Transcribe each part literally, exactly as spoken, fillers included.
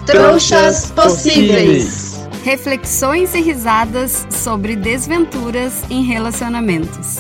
Trouxas Possíveis. Reflexões e risadas sobre desventuras em relacionamentos.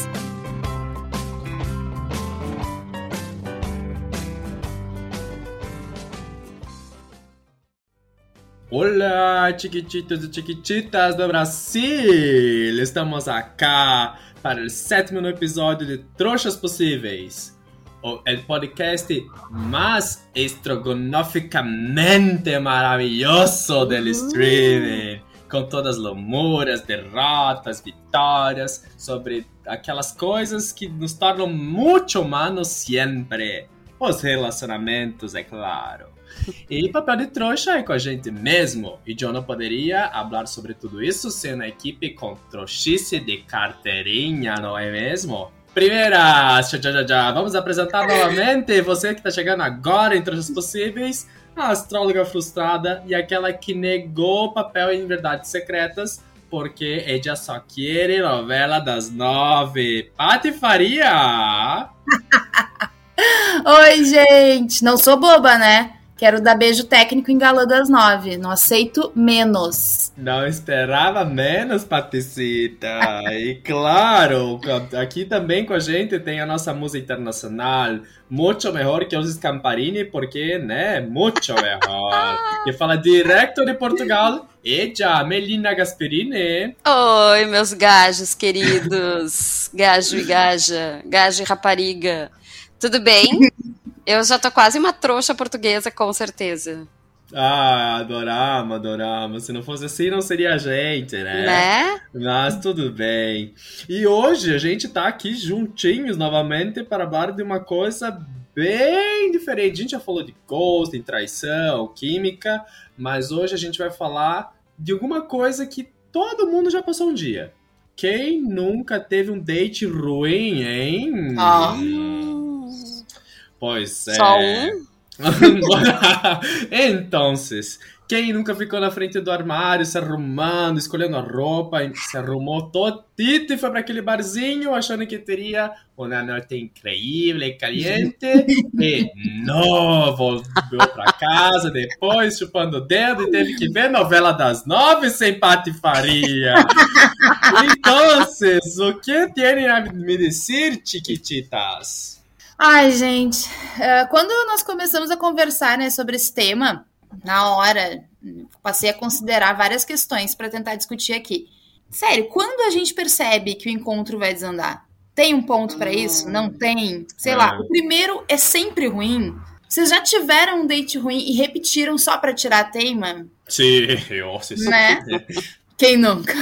Olá, chiquititos e chiquititas do Brasil! Estamos acá para o sétimo episódio de Trouxas Possíveis, o el podcast más estrogonoficamente maravilloso del streaming, com todas as loucuras, derrotas, vitórias, sobre aquelas coisas que nos tornam muito humanos sempre. Os relacionamentos, é claro. E papel de trouxa é com a gente mesmo. E eu não poderia falar sobre tudo isso sem uma equipe com trouxice de carteirinha, não é mesmo? Primeira, já, já, já, vamos apresentar novamente você que está chegando agora em Trouxas Possíveis, a astróloga frustrada e aquela que negou o papel em Verdades Secretas porque ela só quer novela das nove. Patifaria! Oi, gente! Não sou boba, né? Quero dar beijo técnico em Galã das Nove. Não aceito menos. Não esperava menos, Paticita. E claro, aqui também com a gente tem a nossa musa internacional. Muito melhor que os Scamparini, porque, né, muito melhor. Que fala direto de Portugal. Ella, Melina Gasperini. Oi, meus gajos queridos. Gajo e gaja. Gajo e rapariga. Tudo bem? Eu já tô quase uma trouxa portuguesa, com certeza. Ah, adoramos, adoramos. Se não fosse assim, não seria a gente, né? Né? Mas tudo bem. E hoje a gente tá aqui juntinhos novamente para falar de uma coisa bem diferente. A gente já falou de ghosting, traição, química, mas hoje a gente vai falar de alguma coisa que todo mundo já passou um dia. Quem nunca teve um date ruim, hein? Ah. Pois é. Só um? Então, quem nunca ficou na frente do armário se arrumando, escolhendo a roupa, se arrumou todito e foi para aquele barzinho achando que teria uma noite incrível e caliente e não, voltou para casa depois chupando o dedo e teve que ver novela das nove sem patifaria. Então, o que tem a me dizer, chiquititas? Ai, gente, quando nós começamos a conversar, né, sobre esse tema, na hora, passei a considerar várias questões para tentar discutir aqui. Sério, quando a gente percebe que o encontro vai desandar? Tem um ponto para isso? Não tem? Sei lá, o primeiro é sempre ruim. Vocês já tiveram um date ruim e repetiram só para tirar a teima? Sim, eu sei. Né? Quem nunca?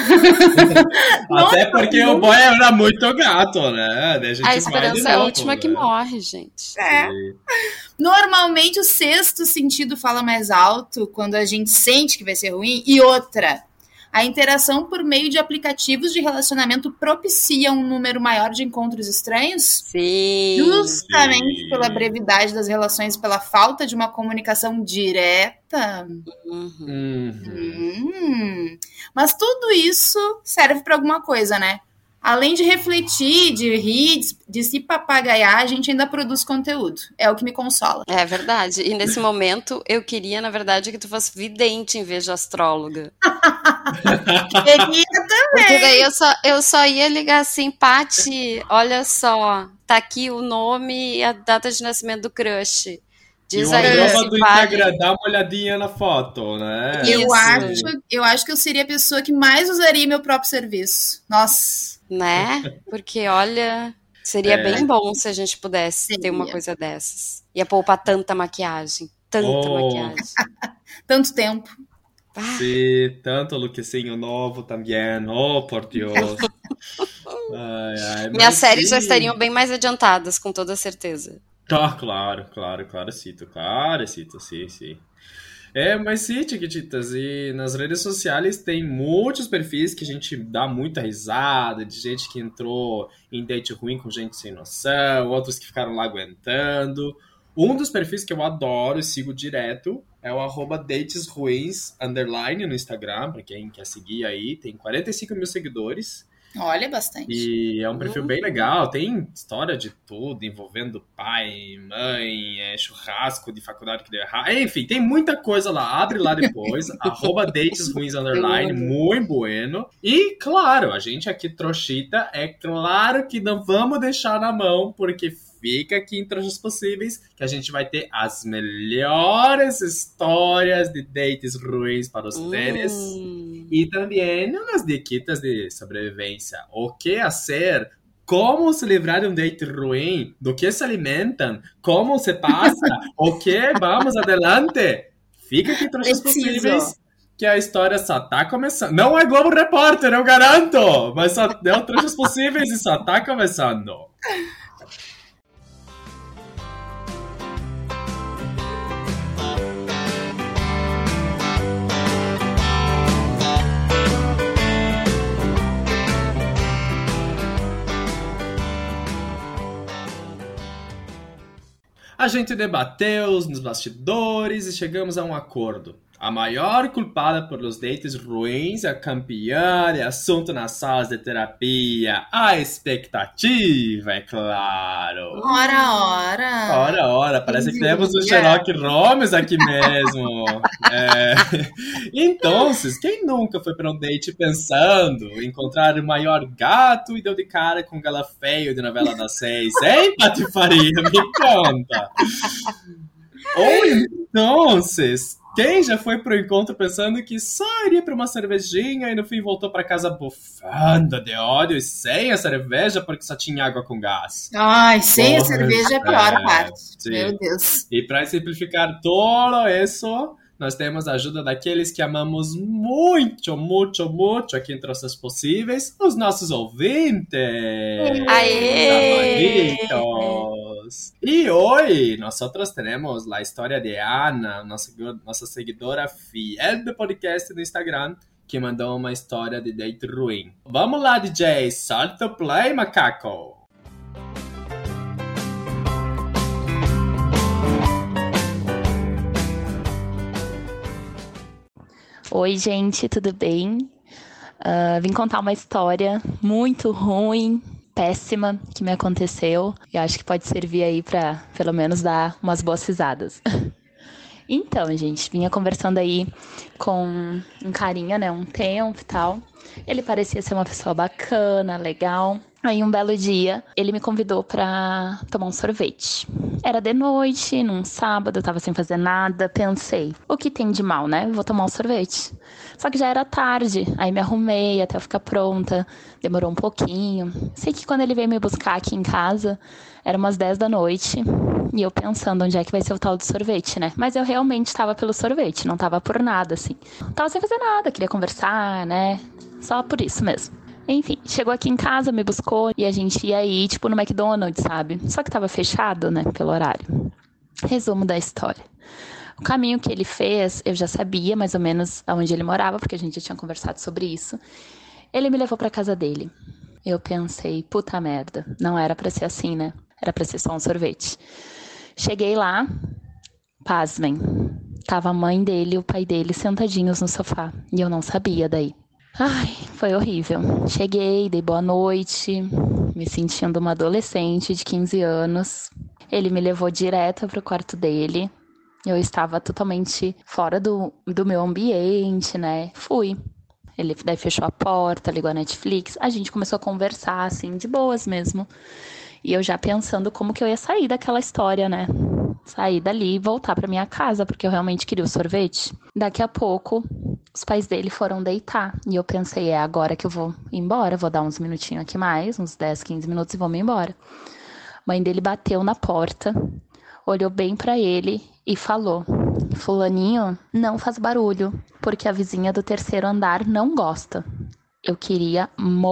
Até porque o boy era muito gato, né? A, gente a esperança vai é a novo, última né? que morre, gente. É. Normalmente o sexto sentido fala mais alto quando a gente sente que vai ser ruim. E outra, a interação por meio de aplicativos de relacionamento propicia um número maior de encontros estranhos? Sim. Justamente Sim. pela brevidade das relações, pela falta de uma comunicação direta. Uhum. Uhum. Hum. Mas tudo isso serve para alguma coisa, né? Além de refletir, de rir, de se papagaiar, a gente ainda produz conteúdo. É o que me consola. É verdade. E nesse momento, eu queria, na verdade, que tu fosse vidente em vez de astróloga. Queria também. Porque daí eu só, eu só ia ligar assim, Paty, olha só, tá aqui o nome e a data de nascimento do crush. Diz e uma aí, prova se do vale. Instagram, dá uma olhadinha na foto, né? Eu Isso. acho, eu acho que eu seria a pessoa que mais usaria meu próprio serviço. Nossa. Né? Porque, olha, seria É. bem bom se a gente pudesse Seria. ter uma coisa dessas. Ia poupar tanta maquiagem. Tanta Oh. maquiagem. Tanto tempo. Ah, Sim, tanto lookzinho novo também. Oh, por Deus. Ai, ai, mas minhas séries já sim. estariam bem mais adiantadas, com toda certeza. Ah, claro, claro, claro, cito, claro, cito, sim, sim. É, mas sim, chiquititas, e nas redes sociais tem muitos perfis que a gente dá muita risada, de gente que entrou em date ruim com gente sem noção, outros que ficaram lá aguentando. Um dos perfis que eu adoro e sigo direto é o arroba datesruins, underline, no Instagram, pra quem quer seguir aí, tem quarenta e cinco mil seguidores. Olha, bastante. E é um perfil bem legal, tem história de tudo, envolvendo pai, mãe, é, churrasco de faculdade que deu errado, enfim, tem muita coisa lá, abre lá depois, arroba dates ruins underline, muito bueno. E claro, a gente aqui trouxita, é claro que não vamos deixar na mão, porque fica aqui em Trouxas Possíveis, que a gente vai ter as melhores histórias de dates ruins para vocês. Hum. E também umas diquitas de sobrevivência. O que fazer? Como se livrar de um date ruim? Do que se alimentam? Como se passa? O que? Vamos, adelante! Fica aqui em Trouxas Possíveis, que a história só tá começando. Não é Globo Repórter, eu garanto! Mas só é Trouxas Possíveis e só tá começando. A gente debateu nos bastidores e chegamos a um acordo. A maior culpada por os dates ruins, a campeã de assunto nas salas de terapia, a expectativa, é claro. Ora, ora. Ora, ora, parece que temos o Sherlock Holmes aqui mesmo. É. Então, quem nunca foi para um date pensando em encontrar o maior gato e deu de cara com um galã feio de novela das seis? Hein, Patifaria? Me conta. Ou então, quem já foi pro encontro pensando que só iria pra uma cervejinha e no fim voltou pra casa bufando de ódio e sem a cerveja porque só tinha água com gás? Ai, sem Porra, a cerveja é a pior é, parte. Sim. Meu Deus. E pra simplificar tudo isso, nós temos a ajuda daqueles que amamos muito, muito, muito aqui em Trouxas Possíveis, os nossos ouvintes. Aê! Favoritos. E hoje, nós temos a história de Ana, nossa, nossa seguidora fiel do podcast do Instagram, que mandou uma história de date ruim. Vamos lá, D J, solta o play, macaco! Oi, gente, tudo bem? Uh, vim contar uma história muito ruim, péssima, que me aconteceu. E acho que pode servir aí pra, pelo menos, dar umas boas risadas. Então, gente, vinha conversando aí com um carinha, né, um tempo e tal. Ele parecia ser uma pessoa bacana, legal. Aí, um belo dia, ele me convidou pra tomar um sorvete. Era de noite, num sábado, eu tava sem fazer nada. Pensei, o que tem de mal, né? Vou tomar um sorvete. Só que já era tarde, aí me arrumei até eu ficar pronta. Demorou um pouquinho. Sei que quando ele veio me buscar aqui em casa, era umas dez da noite. E eu pensando onde é que vai ser o tal do sorvete, né? Mas eu realmente tava pelo sorvete, não tava por nada, assim. Tava sem fazer nada, queria conversar, né? Só por isso mesmo. Enfim, chegou aqui em casa, me buscou e a gente ia ir, tipo, no McDonald's, sabe? Só que tava fechado, né, pelo horário. Resumo da história. O caminho que ele fez, eu já sabia mais ou menos aonde ele morava, porque a gente já tinha conversado sobre isso. Ele me levou pra casa dele. Eu pensei, puta merda, não era pra ser assim, né? Era pra ser só um sorvete. Cheguei lá, pasmem, tava a mãe dele e o pai dele sentadinhos no sofá. E eu não sabia daí. Ai, foi horrível. Cheguei, dei boa noite, me sentindo uma adolescente de quinze anos. Ele me levou direto pro quarto dele. Eu estava totalmente fora do, do meu ambiente, né? Fui. Ele daí fechou a porta, ligou a Netflix. A gente começou a conversar, assim, de boas mesmo. E eu já pensando como que eu ia sair daquela história, né? Sair dali e voltar pra minha casa, porque eu realmente queria o sorvete. Daqui a pouco, os pais dele foram deitar. E eu pensei, é agora que eu vou embora. Vou dar uns minutinhos aqui mais, uns dez, quinze minutos e vou me embora. A mãe dele bateu na porta, olhou bem pra ele e falou: fulaninho, não faz barulho, porque a vizinha do terceiro andar não gosta. Eu queria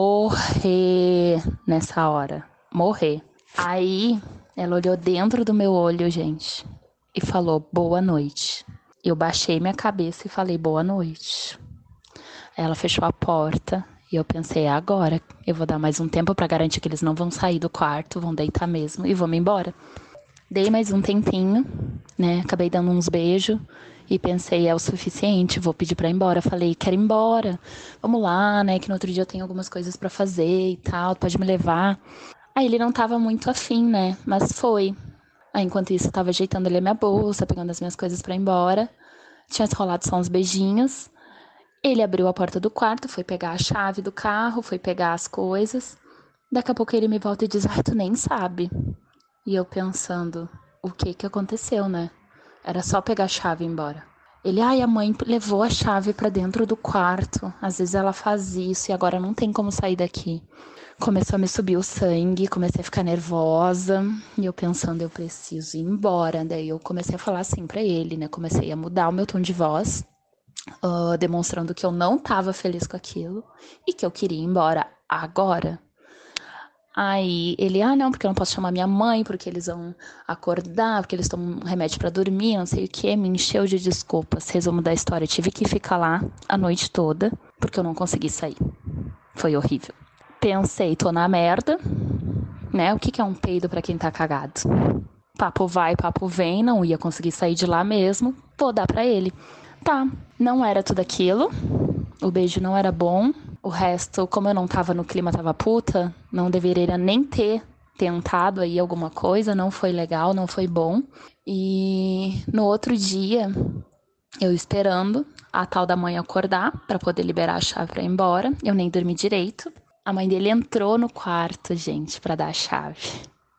morrer nessa hora. Morrer. Aí, ela olhou dentro do meu olho, gente, e falou, boa noite. Eu baixei minha cabeça e falei, boa noite. Ela fechou a porta e eu pensei, é agora. Eu vou dar mais um tempo pra garantir que eles não vão sair do quarto, vão deitar mesmo e vou me embora. Dei mais um tempinho, né? Acabei dando uns beijos e pensei, é o suficiente, vou pedir pra ir embora. Falei, quero ir embora, vamos lá, né? Que no outro dia eu tenho algumas coisas pra fazer e tal, pode me levar. Aí ele não tava muito afim, né? Mas foi. Aí enquanto isso eu tava ajeitando ali a minha bolsa, pegando as minhas coisas pra ir embora. Tinha rolado só uns beijinhos. Ele abriu a porta do quarto, foi pegar a chave do carro, foi pegar as coisas. Daqui a pouco ele me volta e diz, ai, tu nem sabe. E eu pensando, o que que aconteceu, né? Era só pegar a chave e ir embora. Ele, ai, a mãe levou a chave pra dentro do quarto. Às vezes ela faz isso e agora não tem como sair daqui. Começou a me subir o sangue, comecei a ficar nervosa. E eu pensando, eu preciso ir embora. Daí eu comecei a falar assim pra ele, né? Comecei a mudar o meu tom de voz, uh, demonstrando que eu não tava feliz com aquilo e que eu queria ir embora agora. Aí ele, ah, não, porque eu não posso chamar minha mãe, porque eles vão acordar, porque eles tomam um remédio pra dormir, não sei o que, me encheu de desculpas. Resumo da história, eu tive que ficar lá a noite toda, porque eu não consegui sair. Foi horrível. Pensei, tô na merda, né? O que que é um peido pra quem tá cagado? Papo vai, papo vem, não ia conseguir sair de lá mesmo, vou dar pra ele. Tá, não era tudo aquilo, o beijo não era bom. O resto, como eu não tava no clima, tava puta, não deveria nem ter tentado aí alguma coisa, não foi legal, não foi bom. E no outro dia, eu esperando a tal da mãe acordar pra poder liberar a chave pra ir embora, eu nem dormi direito. A mãe dele entrou no quarto, gente, pra dar a chave.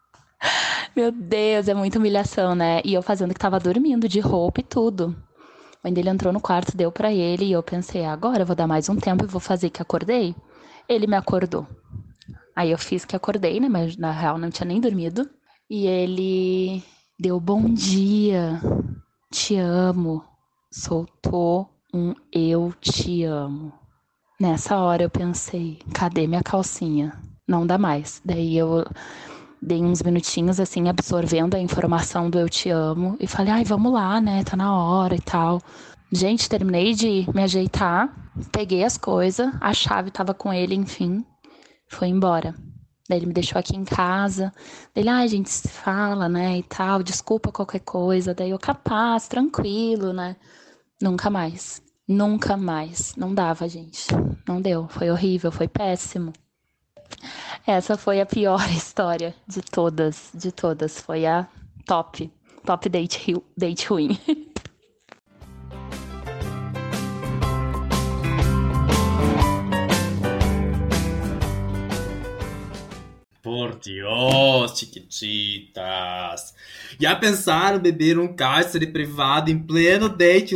Meu Deus, é muita humilhação, né? E eu fazendo que tava dormindo de roupa e tudo. A mãe dele entrou no quarto, deu pra ele e eu pensei, agora eu vou dar mais um tempo e vou fazer que acordei. Ele me acordou. Aí eu fiz que acordei, né? Mas na real não tinha nem dormido. E ele deu bom dia, te amo. Soltou um eu te amo. Nessa hora eu pensei, cadê minha calcinha? Não dá mais. Daí eu dei uns minutinhos, assim, absorvendo a informação do eu te amo. E falei, ai, vamos lá, né? Tá na hora e tal. Gente, terminei de me ajeitar. Peguei as coisas. A chave tava com ele, enfim. Foi embora. Daí ele me deixou aqui em casa. Ele, ai, a gente se fala, né? E tal. Desculpa qualquer coisa. Daí eu, capaz, tranquilo, né? Nunca mais. Nunca mais. Não dava, gente. Não deu. Foi horrível, foi péssimo. Essa foi a pior história de todas, de todas. Foi a top. Top date, date ruim. Por Dios, chiquititas. Já pensaram beber um cárcere privado em pleno date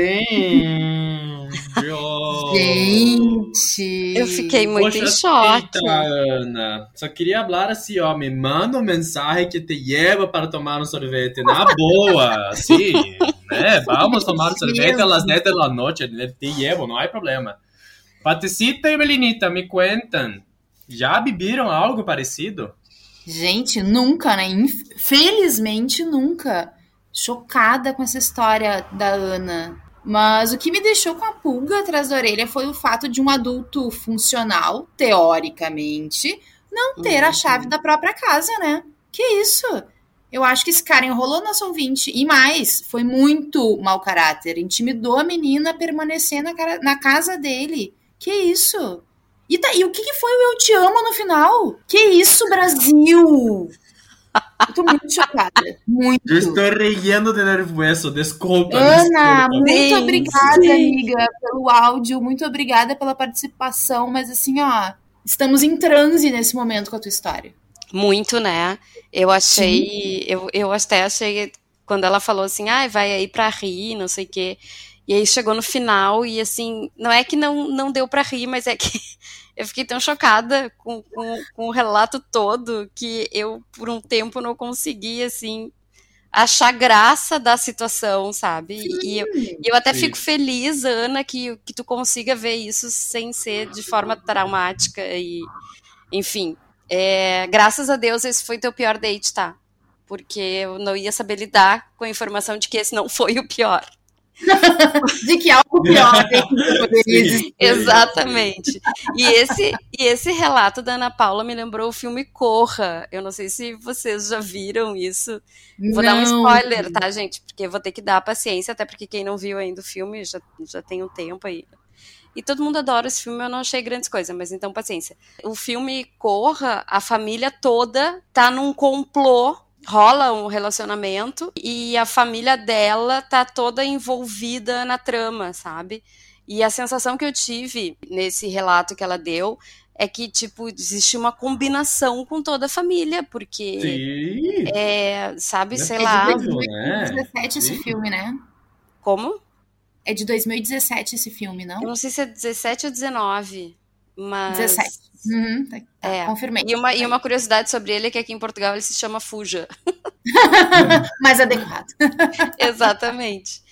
ruim? Deus. Gente! Eu fiquei muito Poxa, em choque. Eita, Ana. Só queria falar assim, ó, me manda uma mensagem que te lleva para tomar um sorvete. Na boa, assim, né? Vamos tomar um sorvete a las diez de la noche, te llevo, não há problema. Paticita e Melinita, me contam. Já beberam algo parecido? Gente, nunca, né? Infelizmente, nunca. Chocada com essa história da Ana. Mas o que me deixou com a pulga atrás da orelha foi o fato de um adulto funcional, teoricamente, não ter uhum. a chave da própria casa, né? Que isso? Eu acho que esse cara enrolou nosso ouvinte. E mais, foi muito mau caráter. Intimidou a menina a permanecer na, cara, na casa dele. Que isso? E, tá, e o que, que foi o Eu Te Amo no final? Que isso, Brasil? Eu tô muito chocada. Muito. Eu estou rindo de nervoso, desculpa. Ana, desculpa. muito Sim, obrigada, sim. amiga, pelo áudio. Muito obrigada pela participação. Mas assim, ó, estamos em transe nesse momento com a tua história. Muito, né? Eu achei... Eu, eu até achei... Quando ela falou assim, ah, vai aí pra rir, não sei o quê... E aí chegou no final e, assim, não é que não, não deu pra rir, mas é que eu fiquei tão chocada com, com, com o relato todo que eu, por um tempo, não consegui, assim, achar graça da situação, sabe? Sim, e eu, eu até sim. fico feliz, Ana, que, que tu consiga ver isso sem ser de forma traumática e, enfim, é, graças a Deus esse foi teu pior date, tá? Porque eu não ia saber lidar com a informação de que esse não foi o pior. De que algo pior poderia existir. Exatamente. E esse, e esse relato da Ana Paula me lembrou o filme Corra. Eu não sei se vocês já viram isso. Vou não. dar um spoiler, tá, gente? Porque vou ter que dar paciência, até porque quem não viu ainda o filme já, já tem um tempo aí. E todo mundo adora esse filme, eu não achei grandes coisas, mas então paciência. O filme Corra, a família toda tá num complô, rola um relacionamento e a família dela tá toda envolvida na trama, sabe? E a sensação que eu tive nesse relato que ela deu é que, tipo, existe uma combinação com toda a família, porque Sim. é, sabe, sei é lá. de dois mil e dezessete esse Sim. filme, né? Como? É de dois mil e dezessete esse filme, não? Eu não sei se é dezessete ou dezenove, mas... dezessete. Uhum, tá, é. Confirmei. E uma, e uma curiosidade sobre ele é que aqui em Portugal ele se chama Fuja. Mais adequado. Exatamente.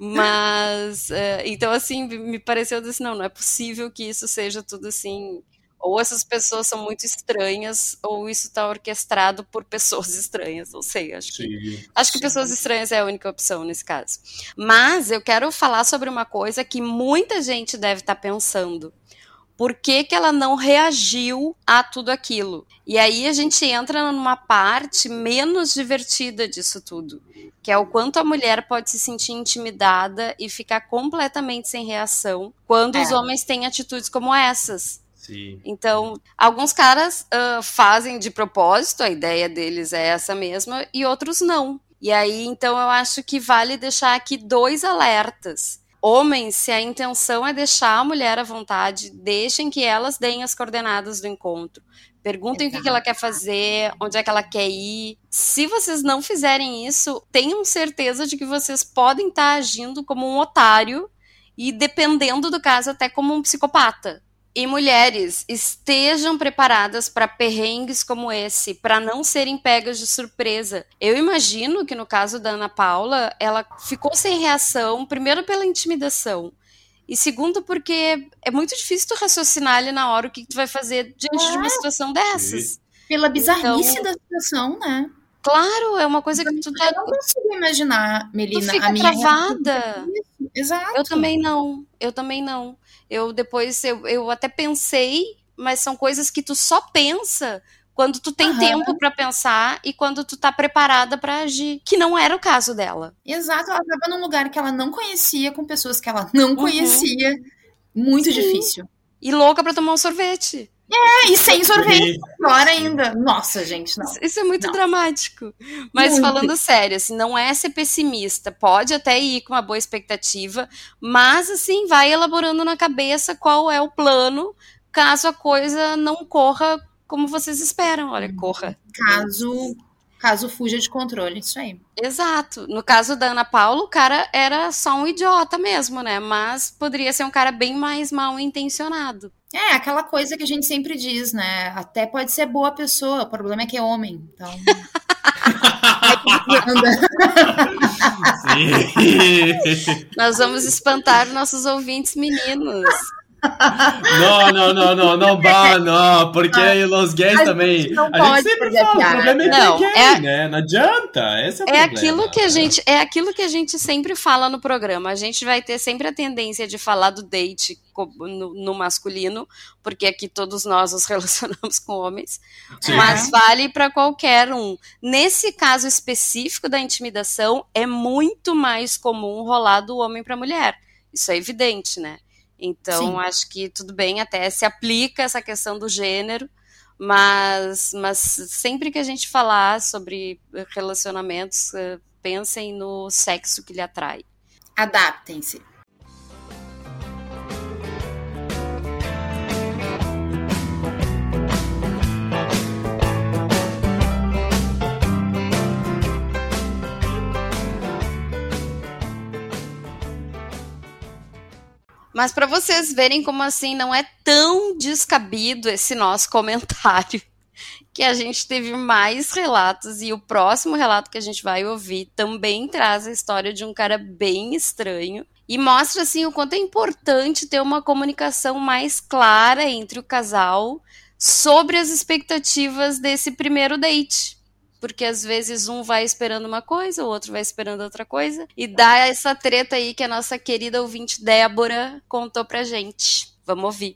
Mas, uh, então assim, me pareceu assim, não, não é possível que isso seja tudo assim... Ou essas pessoas são muito estranhas, ou isso está orquestrado por pessoas estranhas, não sei, acho que, Sim. acho que pessoas estranhas é a única opção nesse caso. Mas eu quero falar sobre uma coisa que muita gente deve estar pensando. Por que que ela não reagiu a tudo aquilo? E aí a gente entra numa parte menos divertida disso tudo, que é o quanto a mulher pode se sentir intimidada e ficar completamente sem reação quando é. os homens têm atitudes como essas. Sim. Então, alguns caras uh, fazem de propósito, a ideia deles é essa mesma, e outros não. E aí, então, eu acho que vale deixar aqui dois alertas. Homens, se a intenção é deixar a mulher à vontade, deixem que elas deem as coordenadas do encontro. Perguntem Exato. o que, que ela quer fazer, onde é que ela quer ir. Se vocês não fizerem isso, tenham certeza de que vocês podem estar agindo como um otário e, dependendo do caso, até como um psicopata. E mulheres, estejam preparadas para perrengues como esse, para não serem pegas de surpresa. Eu imagino que no caso da Ana Paula, ela ficou sem reação, primeiro pela intimidação, e segundo porque é muito difícil tu raciocinar ali na hora o que tu vai fazer diante é. de uma situação dessas. Pela bizarrice então, da situação, né? Claro, é uma coisa que tu tá... Eu não consigo imaginar, Melina, tu fica a minha travada. Exato. Eu também não, eu também não. Eu depois, eu, eu até pensei, mas são coisas que tu só pensa quando tu tem uhum. tempo pra pensar e quando tu tá preparada pra agir, que não era o caso dela. Exato, ela tava num lugar que ela não conhecia, com pessoas que ela não uhum. conhecia, muito Sim. difícil. E louca pra tomar um sorvete. É, e sem sorvete, pior ainda. Nossa, gente, não. Isso é muito não. dramático. Mas muito. falando sério, assim, não é ser pessimista. Pode até ir com uma boa expectativa, mas, assim, vai elaborando na cabeça qual é o plano, caso a coisa não corra como vocês esperam. Olha, corra. Caso... Caso fuja de controle, isso aí. Exato. No caso da Ana Paula, o cara era só um idiota mesmo, né? Mas poderia ser um cara bem mais mal intencionado. É, aquela coisa que a gente sempre diz, né? Até pode ser boa pessoa, o problema é que é homem, então... Sim. Nós vamos espantar nossos ouvintes meninos. Não, não, não, não, não vá, não, porque ah, os gays também. Não a pode gente sempre fala, o problema é não, que é gay, é, né? Não adianta. Esse é o é problema. Aquilo que a gente, é aquilo que a gente sempre fala no programa. A gente vai ter sempre a tendência de falar do date no, no masculino, porque aqui todos nós nos relacionamos com homens, Sim. mas vale para qualquer um. Nesse caso específico da intimidação, é muito mais comum rolar do homem para mulher. Isso é evidente, né? Então, Sim. acho que tudo bem, até se aplica essa questão do gênero, mas, mas sempre que a gente falar sobre relacionamentos, pensem no sexo que lhe atrai. Adaptem-se. Mas para vocês verem como assim não é tão descabido esse nosso comentário, que a gente teve mais relatos, e o próximo relato que a gente vai ouvir também traz a história de um cara bem estranho, e mostra assim o quanto é importante ter uma comunicação mais clara entre o casal sobre as expectativas desse primeiro date. porque às vezes um vai esperando uma coisa, o outro vai esperando outra coisa, e dá essa treta aí que a nossa querida ouvinte Débora contou pra gente. Vamos ouvir.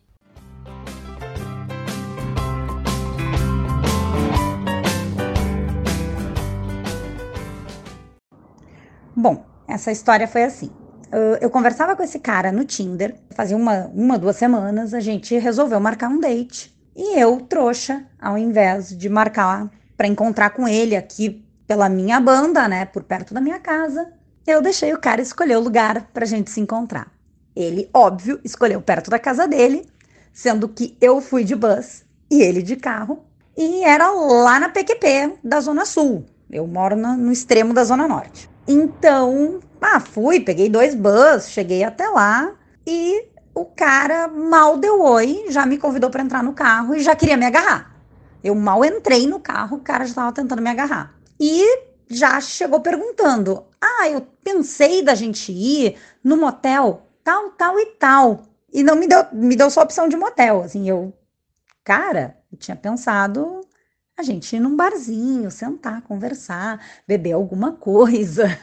Bom, essa história foi assim. Eu conversava com esse cara no Tinder, fazia uma, uma, duas semanas, a gente resolveu marcar um date. E eu, trouxa, ao invés de marcar para encontrar com ele aqui pela minha banda, né, por perto da minha casa, eu deixei o cara escolher o lugar pra gente se encontrar. Ele, óbvio, escolheu perto da casa dele, sendo que eu fui de bus e ele de carro. E era lá na P Q P da Zona Sul. Eu moro no, no extremo da Zona Norte. Então, ah, fui, peguei dois bus, cheguei até lá e o cara mal deu oi, já me convidou para entrar no carro e já queria me agarrar. Eu mal entrei no carro, o cara já estava tentando me agarrar. E já chegou perguntando, ah, eu pensei da gente ir no motel tal, tal e tal. E não me deu, me deu só a opção de motel, assim, eu, cara, eu tinha pensado a gente ir num barzinho, sentar, conversar, beber alguma coisa,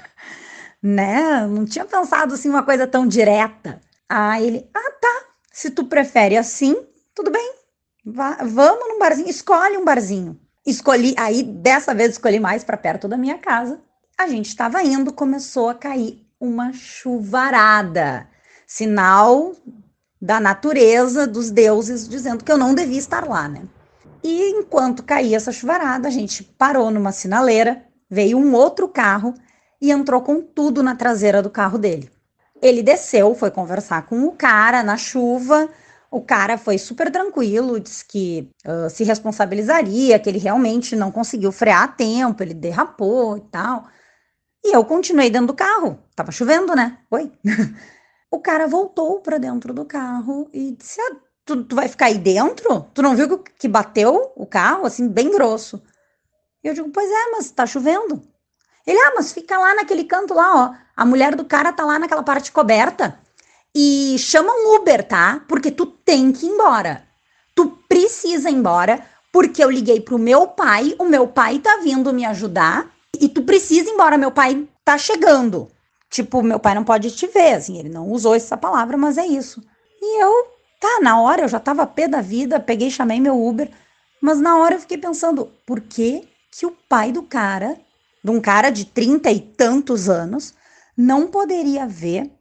né? Não tinha pensado, assim, uma coisa tão direta. Aí ele, ah, tá, se tu prefere assim, tudo bem, vá, vamos num barzinho, escolhe um barzinho. Escolhi, aí dessa vez escolhi mais para perto da minha casa. A gente estava indo, começou a cair uma chuvarada, sinal da natureza, dos deuses, dizendo que eu não devia estar lá, né? E enquanto caía essa chuvarada, a gente parou numa sinaleira, veio um outro carro e entrou com tudo na traseira do carro dele. Ele desceu, foi conversar com o cara na chuva, o cara foi super tranquilo, disse que uh, se responsabilizaria, que ele realmente não conseguiu frear a tempo, ele derrapou e tal. E eu continuei dentro do carro, tava chovendo, né? Oi. O cara voltou para dentro do carro e disse, ah, Tu, tu vai ficar aí dentro? Tu não viu que, que bateu o carro, assim, bem grosso? E eu digo, pois é, mas tá chovendo. Ele, ah, mas fica lá naquele canto lá, ó. A mulher do cara tá lá naquela parte coberta. E chama um Uber, tá? Porque tu tem que ir embora. Tu precisa ir embora, porque eu liguei pro meu pai, o meu pai tá vindo me ajudar, e tu precisa ir embora, meu pai tá chegando. Tipo, meu pai não pode te ver, assim, ele não usou essa palavra, mas é isso. E eu... Tá, na hora eu já tava pé da vida, peguei e chamei meu Uber, mas na hora eu fiquei pensando, por que que o pai do cara, de um cara de trinta e tantos anos, não poderia ver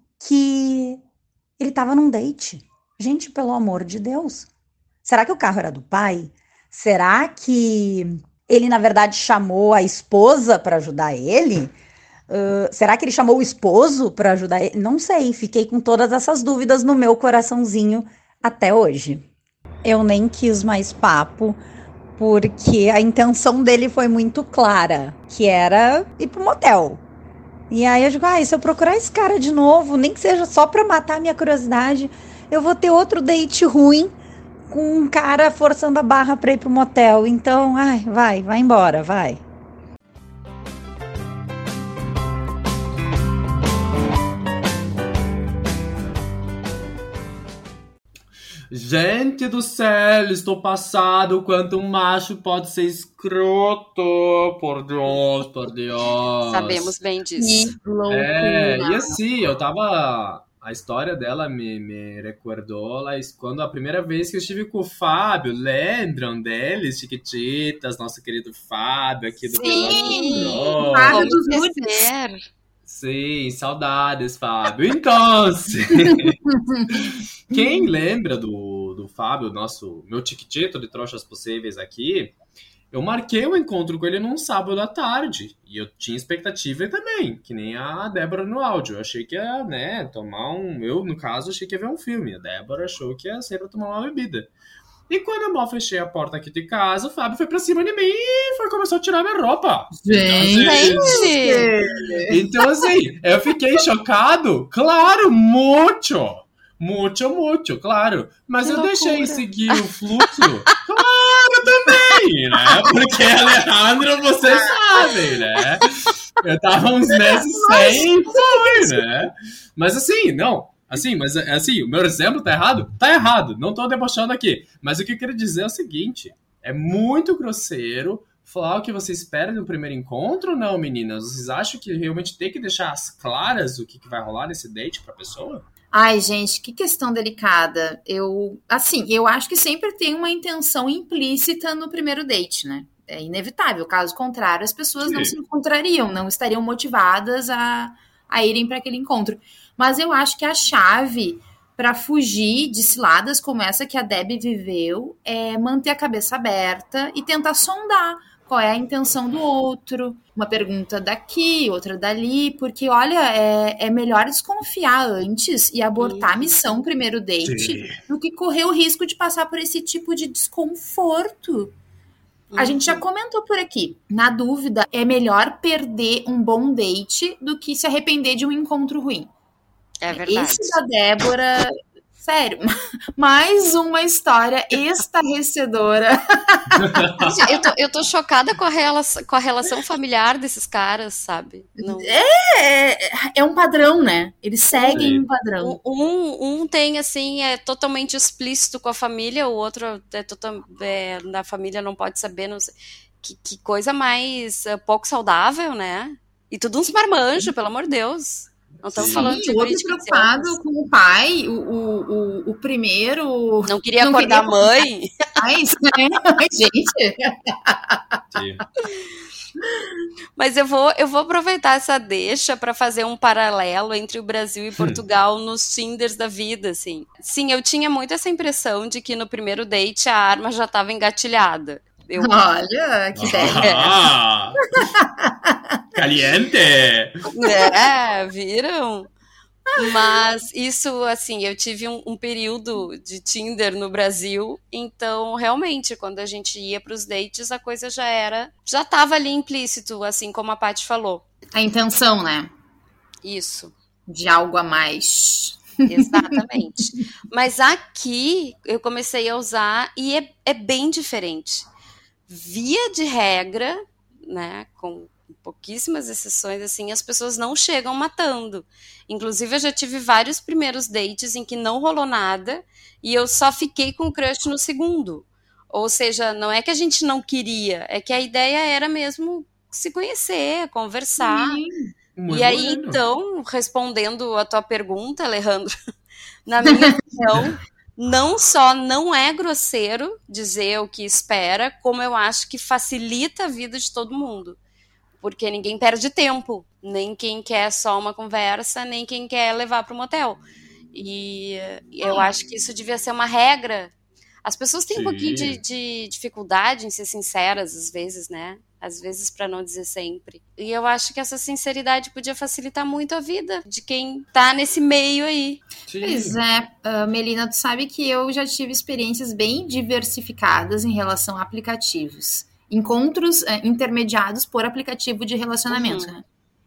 que ele tava num date? Gente, pelo amor de Deus. Será que o carro era do pai? Será que ele, na verdade, chamou a esposa para ajudar ele? Uh, será que ele chamou o esposo para ajudar ele? Não sei, fiquei com todas essas dúvidas no meu coraçãozinho até hoje. Eu nem quis mais papo, porque a intenção dele foi muito clara, que era ir pro motel. E aí eu digo, ah, e se eu procurar esse cara de novo, nem que seja só para matar a minha curiosidade, eu vou ter outro date ruim com um cara forçando a barra para ir pro motel. Então, ai, vai, vai embora, vai. Gente do céu, estou passado quanto um macho pode ser escroto. Por Deus, por Deus. Sabemos bem disso. É, e assim, eu tava... A história dela me, me recordou lá, quando a primeira vez que eu estive com o Fábio, lembram deles, Chiquititas, nosso querido Fábio aqui do Sim, Fábio. Fábio dos Nudes. Sim, saudades, Fábio. Então, quem lembra do, do Fábio, nosso, meu tiquitito de trouxas possíveis aqui, eu marquei um encontro com ele num sábado à tarde. E eu tinha expectativa também, que nem a Débora no áudio. Eu achei que ia, né, tomar um... Eu, no caso, achei que ia ver um filme. A Débora achou que ia ser pra tomar uma bebida. E quando eu mal fechei a porta aqui de casa, o Fábio foi pra cima de mim e foi, começou a tirar minha roupa. Gente! Então, assim, eu fiquei chocado. Claro, muito. Muito, muito, claro. Mas que eu loucura. Deixei seguir o fluxo. Claro, também, né? Porque, Alejandro, vocês sabem, né? Eu tava uns meses sem, foi, né? Mas assim, não... Assim, mas assim, o meu exemplo tá errado? Tá errado, não tô debochando aqui. Mas o que eu quero dizer é o seguinte, é muito grosseiro falar o que você espera no primeiro encontro ou não, meninas? Vocês acham que realmente tem que deixar as claras o que, que vai rolar nesse date pra pessoa? Ai, gente, que questão delicada. Eu, assim, eu acho que sempre tem uma intenção implícita no primeiro date, né? É inevitável. Caso contrário, as pessoas Sim. não se encontrariam, não estariam motivadas a, a irem para aquele encontro. Mas eu acho que a chave para fugir de ciladas como essa que a Debbie viveu é manter a cabeça aberta e tentar sondar qual é a intenção do outro. Uma pergunta daqui, outra dali, porque, olha, é, é melhor desconfiar antes e abortar a missão no primeiro date Sim. do que correr o risco de passar por esse tipo de desconforto. A gente já comentou por aqui. Na dúvida, é melhor perder um bom date do que se arrepender de um encontro ruim. É verdade. Esse da Débora, sério, mais uma história estarrecedora. Eu tô, eu tô chocada com a, relação, com a relação familiar desses caras, sabe? Não. É, é um padrão, né? Eles seguem Sim. um padrão. Um, um tem, assim, é totalmente explícito com a família, o outro é total, é, da família não pode saber, não sei. Que, que coisa mais é, pouco saudável, né? E tudo uns marmanjos, pelo amor de Deus. Não estamos falando de o outro preocupado com o pai, o, o, o, o primeiro... Não queria não acordar queria... a mãe. Mas, né? Gente... Mas eu vou, eu vou aproveitar essa deixa para fazer um paralelo entre o Brasil e Portugal nos Tinders da vida, assim. Sim, eu tinha muito essa impressão de que no primeiro date a arma já estava engatilhada. Eu... Olha, que ideia. Ah, caliente! É, viram? Mas isso, assim, eu tive um, um período de Tinder no Brasil, então, realmente, quando a gente ia para os dates, a coisa já era, já estava ali implícito, assim como a Paty falou. A intenção, né? Isso. De algo a mais. Exatamente. Mas aqui, eu comecei a usar e é, é bem diferente. Via de regra, né, com pouquíssimas exceções, assim, as pessoas não chegam matando. Inclusive, eu já tive vários primeiros dates em que não rolou nada e eu só fiquei com o crush no segundo. Ou seja, não é que a gente não queria, é que a ideia era mesmo se conhecer, conversar. Sim, e aí, bueno. Então, respondendo a tua pergunta, Alejandro, na minha opinião... Não só não é grosseiro dizer o que espera, como eu acho que facilita a vida de todo mundo. Porque ninguém perde tempo. Nem quem quer só uma conversa, nem quem quer levar para o motel. E eu acho que isso devia ser uma regra. As pessoas têm Sim. um pouquinho de, de dificuldade em ser sinceras, às vezes, né? Às vezes, para não dizer sempre. E eu acho que essa sinceridade podia facilitar muito a vida de quem tá nesse meio aí. Sim. Pois é, uh, Melina, tu sabe que eu já tive experiências bem diversificadas em relação a aplicativos. Encontros uh, intermediados por aplicativo de relacionamento, uhum. né?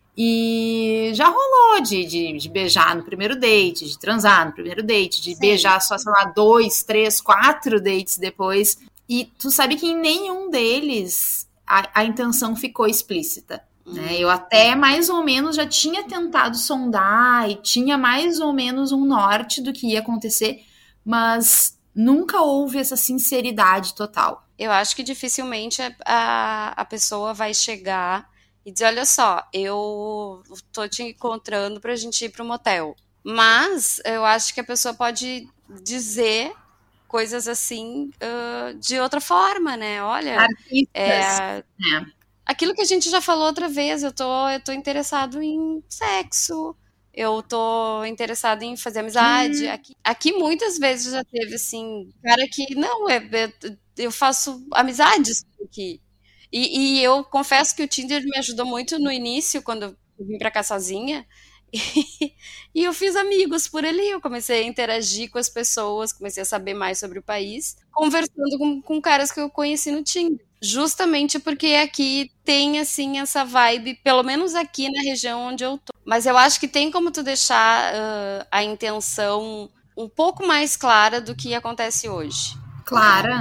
E já rolou de, de, de beijar no primeiro date, de transar no primeiro date, de Sim. beijar só, sei lá, dois, três, quatro dates depois. E tu sabe que em nenhum deles a, a intenção ficou explícita. Né? Eu até mais ou menos já tinha tentado sondar e tinha mais ou menos um norte do que ia acontecer, mas nunca houve essa sinceridade total. Eu acho que dificilmente a, a pessoa vai chegar e dizer, olha só, eu tô te encontrando pra gente ir pro motel. Mas eu acho que a pessoa pode dizer coisas assim uh, de outra forma, né? Olha, Artistas, é... é. Aquilo que a gente já falou outra vez, eu tô, eu tô interessado em sexo, eu tô interessado em fazer amizade. Hum. Aqui, aqui muitas vezes já teve, assim, cara que, não, é, é, eu faço amizades aqui. E, e eu confesso que o Tinder me ajudou muito no início, quando eu vim pra cá sozinha. E, e eu fiz amigos por ali, eu comecei a interagir com as pessoas, comecei a saber mais sobre o país, conversando com, com caras que eu conheci no Tinder. Justamente porque aqui tem, assim, essa vibe, pelo menos aqui na região onde eu tô. Mas eu acho que tem como tu deixar uh, a intenção um pouco mais clara do que acontece hoje. Clara.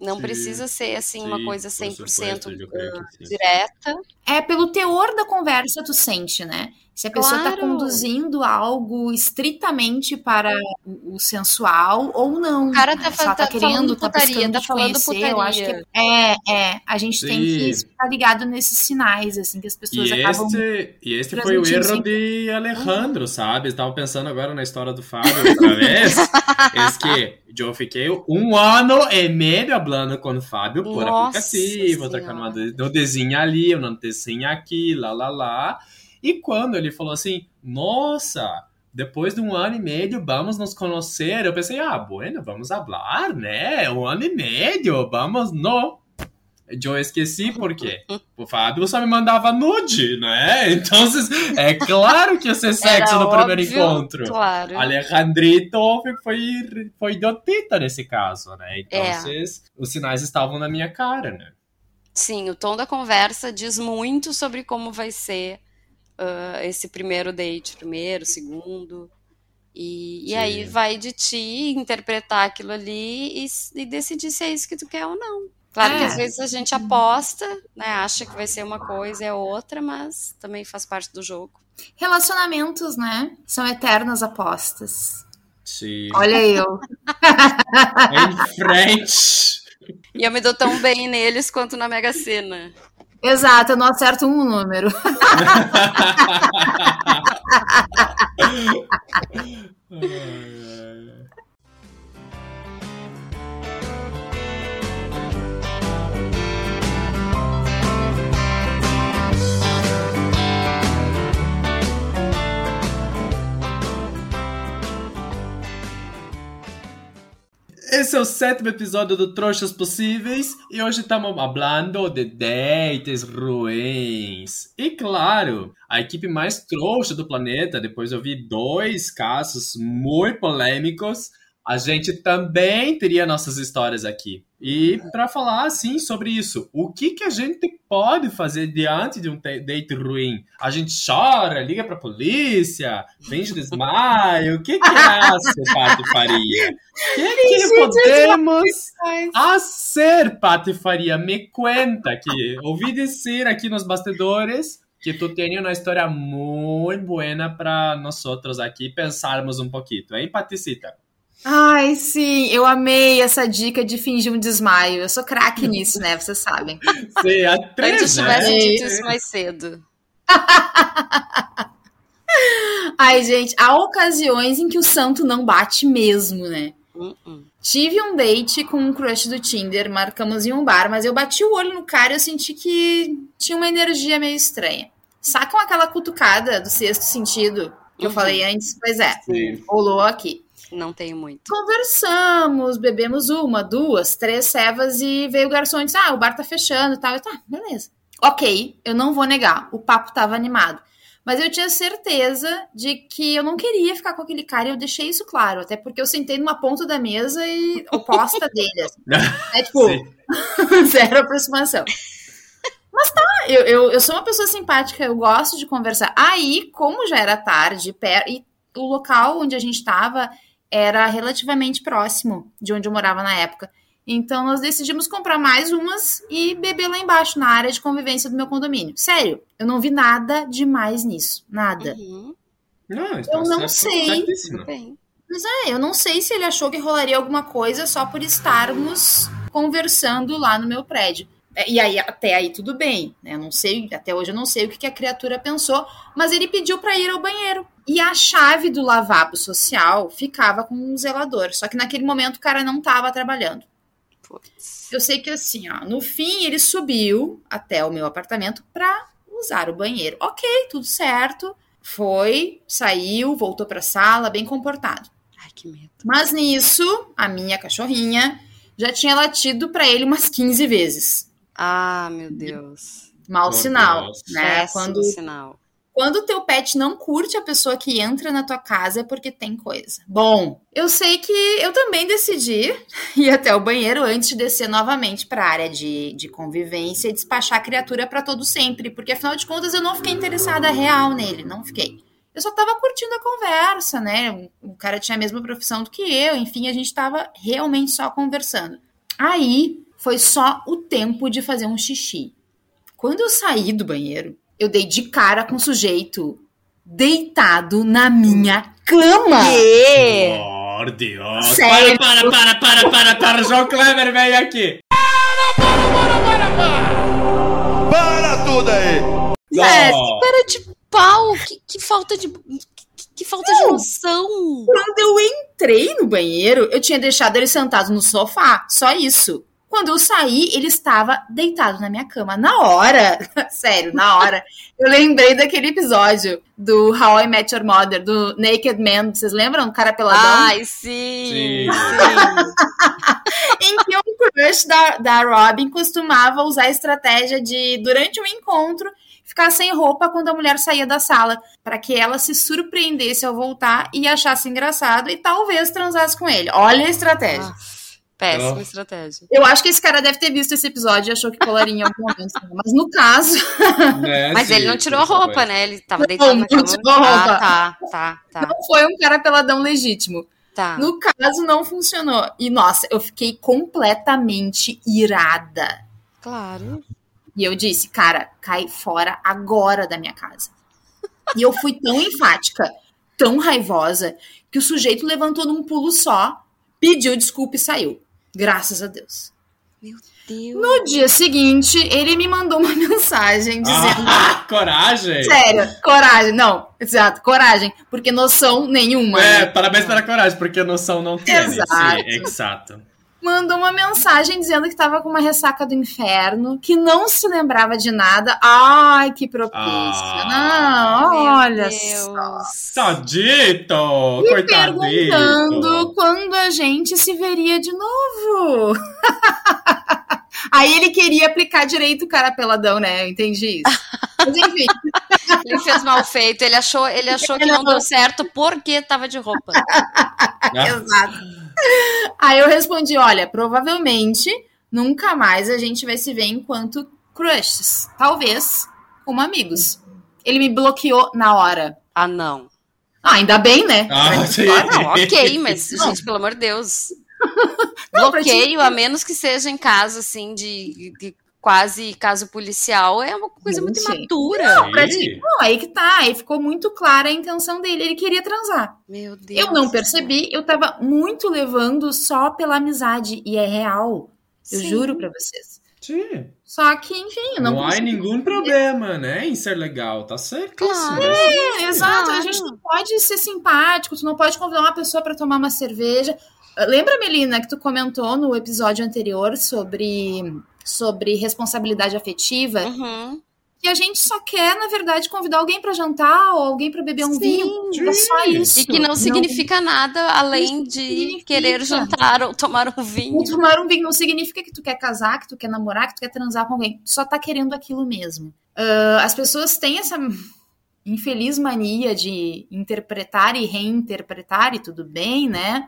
Não Sim, precisa ser, assim, uma sim, coisa por cem por cento supuesto, eu creio que sim. direta. É pelo teor da conversa tu sente, né? Se a pessoa está Claro. conduzindo algo estritamente para o, o sensual ou não. O cara tá, né? Se ela tá, tá querendo, falando tá putaria, buscando tá te falando conhecer, putaria. eu acho que é, é, a gente tem que Sim. ficar ligado nesses sinais, assim, que as pessoas E acabam... este, e este foi o transmitindo erro sempre. de Alejandro, sabe? Estava pensando agora na história do Fábio outra vez. É que eu fiquei um ano e meio falando com o Fábio por Nossa aplicativo, trocando uma nudezinha ali, uma nudezinha aqui, lá, lá, lá. E quando ele falou assim, nossa, depois de um ano e meio vamos nos conhecer, eu pensei, ah, bueno, vamos falar, né? Um ano e meio, vamos, não. Eu esqueci porque o Fábio só me mandava nude, né? Então, é claro que ia ser sexo Era no primeiro óbvio, encontro. Claro. Alejandrito foi, foi idiotita nesse caso, né? Então, É. os sinais estavam na minha cara, né? Sim, o tom da conversa diz muito sobre como vai ser uh, esse primeiro date, primeiro, segundo. E, e aí vai de ti interpretar aquilo ali e, e decidir se é isso que tu quer ou não. Claro É. que às vezes a gente aposta, né? Acha que vai ser uma coisa, é outra, mas também faz parte do jogo. Relacionamentos, né? São eternas apostas. Sim. Olha eu. Em frente. E eu me dou tão bem neles quanto na Mega Sena. Exato, eu não acerto um número. Esse é o sétimo episódio do Trouxas Possíveis e hoje estamos falando de dates ruins. E claro, a equipe mais trouxa do planeta, depois eu vi dois casos muito polêmicos, a gente também teria nossas histórias aqui. E para falar assim sobre isso, o que, que a gente pode fazer diante de um date ruim? A gente chora, liga pra polícia, finge desmaio, o que que é, Paty Faria? O que que podemos fazer, Paty Faria? Me conta que ouvi dizer aqui nos bastidores que tu tem uma história muito boa para nós outros aqui pensarmos um pouquinho, hein, Paticita? Ai, sim, eu amei essa dica de fingir um desmaio. Eu sou craque nisso, né? Vocês sabem. Sim, a três, Antes né? tivesse dito isso mais cedo. Ai, gente, há ocasiões em que o santo não bate mesmo, né? Uh-uh. Tive um date com um crush do Tinder, marcamos em um bar, mas eu bati o olho no cara e eu senti que tinha uma energia meio estranha. Sacam aquela cutucada do sexto sentido que Uhum. eu falei antes? Pois é, Sim. rolou aqui. Não tenho muito. Conversamos, bebemos uma, duas, três cevas e veio o garçom e disse, ah, o bar tá fechando e tal. Eu, tá, beleza. Ok, eu não vou negar, o papo tava animado. Mas eu tinha certeza de que eu não queria ficar com aquele cara e eu deixei isso claro. Até porque eu sentei numa ponta da mesa e oposta dele. Assim. É tipo, zero aproximação. Mas tá, eu, eu, eu sou uma pessoa simpática, eu gosto de conversar. Aí, como já era tarde, per... e o local onde a gente tava era relativamente próximo de onde eu morava na época. Então, nós decidimos comprar mais umas e beber lá embaixo, na área de convivência do meu condomínio. Sério, eu não vi nada demais nisso. Nada. Uhum. Não, está Eu não certo, sei. certíssimo. Bem. Mas é, eu não sei se ele achou que rolaria alguma coisa só por estarmos conversando lá no meu prédio. E aí, até aí tudo bem, né? Eu não sei, até hoje eu não sei o que, que a criatura pensou, mas ele pediu para ir ao banheiro. E a chave do lavabo social ficava com um zelador, só que naquele momento o cara não estava trabalhando. Putz. Eu sei que assim, ó, no fim ele subiu até o meu apartamento para usar o banheiro. Ok, tudo certo. Foi, saiu, voltou para a sala, bem comportado. Ai, que medo. Mas nisso, a minha cachorrinha já tinha latido para ele umas quinze vezes. Ah, meu Deus. Mau Meu sinal, Deus. né? Péssimo Quando sinal. Quando o teu pet não curte a pessoa que entra na tua casa é porque tem coisa. Bom, eu sei que eu também decidi ir até o banheiro antes de descer novamente para a área de, de convivência e despachar a criatura para todo sempre, porque afinal de contas eu não fiquei interessada real nele, não fiquei. Eu só tava curtindo a conversa, né? O cara tinha a mesma profissão do que eu, enfim, a gente tava realmente só conversando. Aí foi só o tempo de fazer um xixi. Quando eu saí do banheiro, eu dei de cara com o sujeito deitado na minha cama. Que? Por Deus. Sério? Para, para, para, para, para, para. João Kleber, vem aqui. Para, para, para, para. Para tudo aí. Sério. Oh. Cara de pau, que, que falta de... Que, que falta de noção. Quando eu entrei no banheiro, eu tinha deixado ele sentado no sofá, só isso. Quando eu saí, ele estava deitado na minha cama. Na hora, sério, na hora, eu lembrei daquele episódio do How I Met Your Mother, do Naked Man. Vocês lembram? O cara peladão? Ai, sim. Sim. sim. Em que um crush da, da Robin costumava usar a estratégia de, durante um encontro, ficar sem roupa quando a mulher saía da sala, para que ela se surpreendesse ao voltar e achasse engraçado e talvez transasse com ele. Olha a estratégia. Ah, péssima Oh. estratégia. Eu acho que esse cara deve ter visto esse episódio e achou que colaria em algum momento. Mas no caso... É, Mas sim, ele não tirou a essa roupa, coisa. né? Ele tava Não, deitado na não cama. tirou a roupa. Ah, tá, tá, tá. Não foi um cara peladão legítimo. tá. No caso, não funcionou. E, nossa, eu fiquei completamente irada. Claro. E eu disse, cara, cai fora agora da minha casa. E eu fui tão enfática, tão raivosa, que o sujeito levantou num pulo só, pediu desculpa e saiu. Graças a Deus. Meu Deus. No dia seguinte, ele me mandou uma mensagem dizendo... Ah, coragem. Sério, coragem. Não, exato, coragem. Porque noção nenhuma. É, né? parabéns pela coragem, porque noção não tem. Exato. Sim, exato. Mandou uma mensagem dizendo que tava com uma ressaca do inferno, que não se lembrava de nada. Ai, que propício. Ah, não, Meu olha Deus. só. Tadito, Me coitadito. perguntando quando a gente se veria de novo. Aí ele queria aplicar direito o cara peladão, né? Eu entendi isso. Mas enfim. Ele fez mal feito. Ele achou, ele achou que não deu certo porque tava de roupa. Ah, Exato. Aí eu respondi, olha, provavelmente nunca mais a gente vai se ver enquanto crushes. Talvez como amigos. Ele me bloqueou na hora. Ah, não. Ah, ainda bem, né? Ah, sim. Não, ok, mas, gente, pelo amor de Deus. Não, pra Bloqueio, a menos que seja em caso, assim, de, de quase caso policial, é uma coisa muito Gente. imatura. Pra ti- Não, aí que tá. Aí ficou muito clara a intenção dele. Ele queria transar. Meu Deus. Eu não percebi. Eu tava muito levando só pela amizade. E é real. Eu Sim. juro pra vocês. Sim. Só que, enfim, eu não, Não há consegui. nenhum problema, né, em ser legal, tá certo? Claro. É, exato. A Claro. gente não pode ser simpático. Tu não pode convidar uma pessoa pra tomar uma cerveja. Lembra, Melina, que tu comentou no episódio anterior sobre, sobre responsabilidade afetiva? Uhum. Que a gente só quer, na verdade, convidar alguém pra jantar ou alguém pra beber um Sim. vinho. É só isso. E que não significa nada além Não de significa. querer jantar ou tomar um vinho. Não tomar um vinho não significa que tu quer casar, que tu quer namorar, que tu quer transar com alguém. Tu só tá querendo aquilo mesmo. Uh, as pessoas têm essa infeliz mania de interpretar e reinterpretar, e tudo bem, né?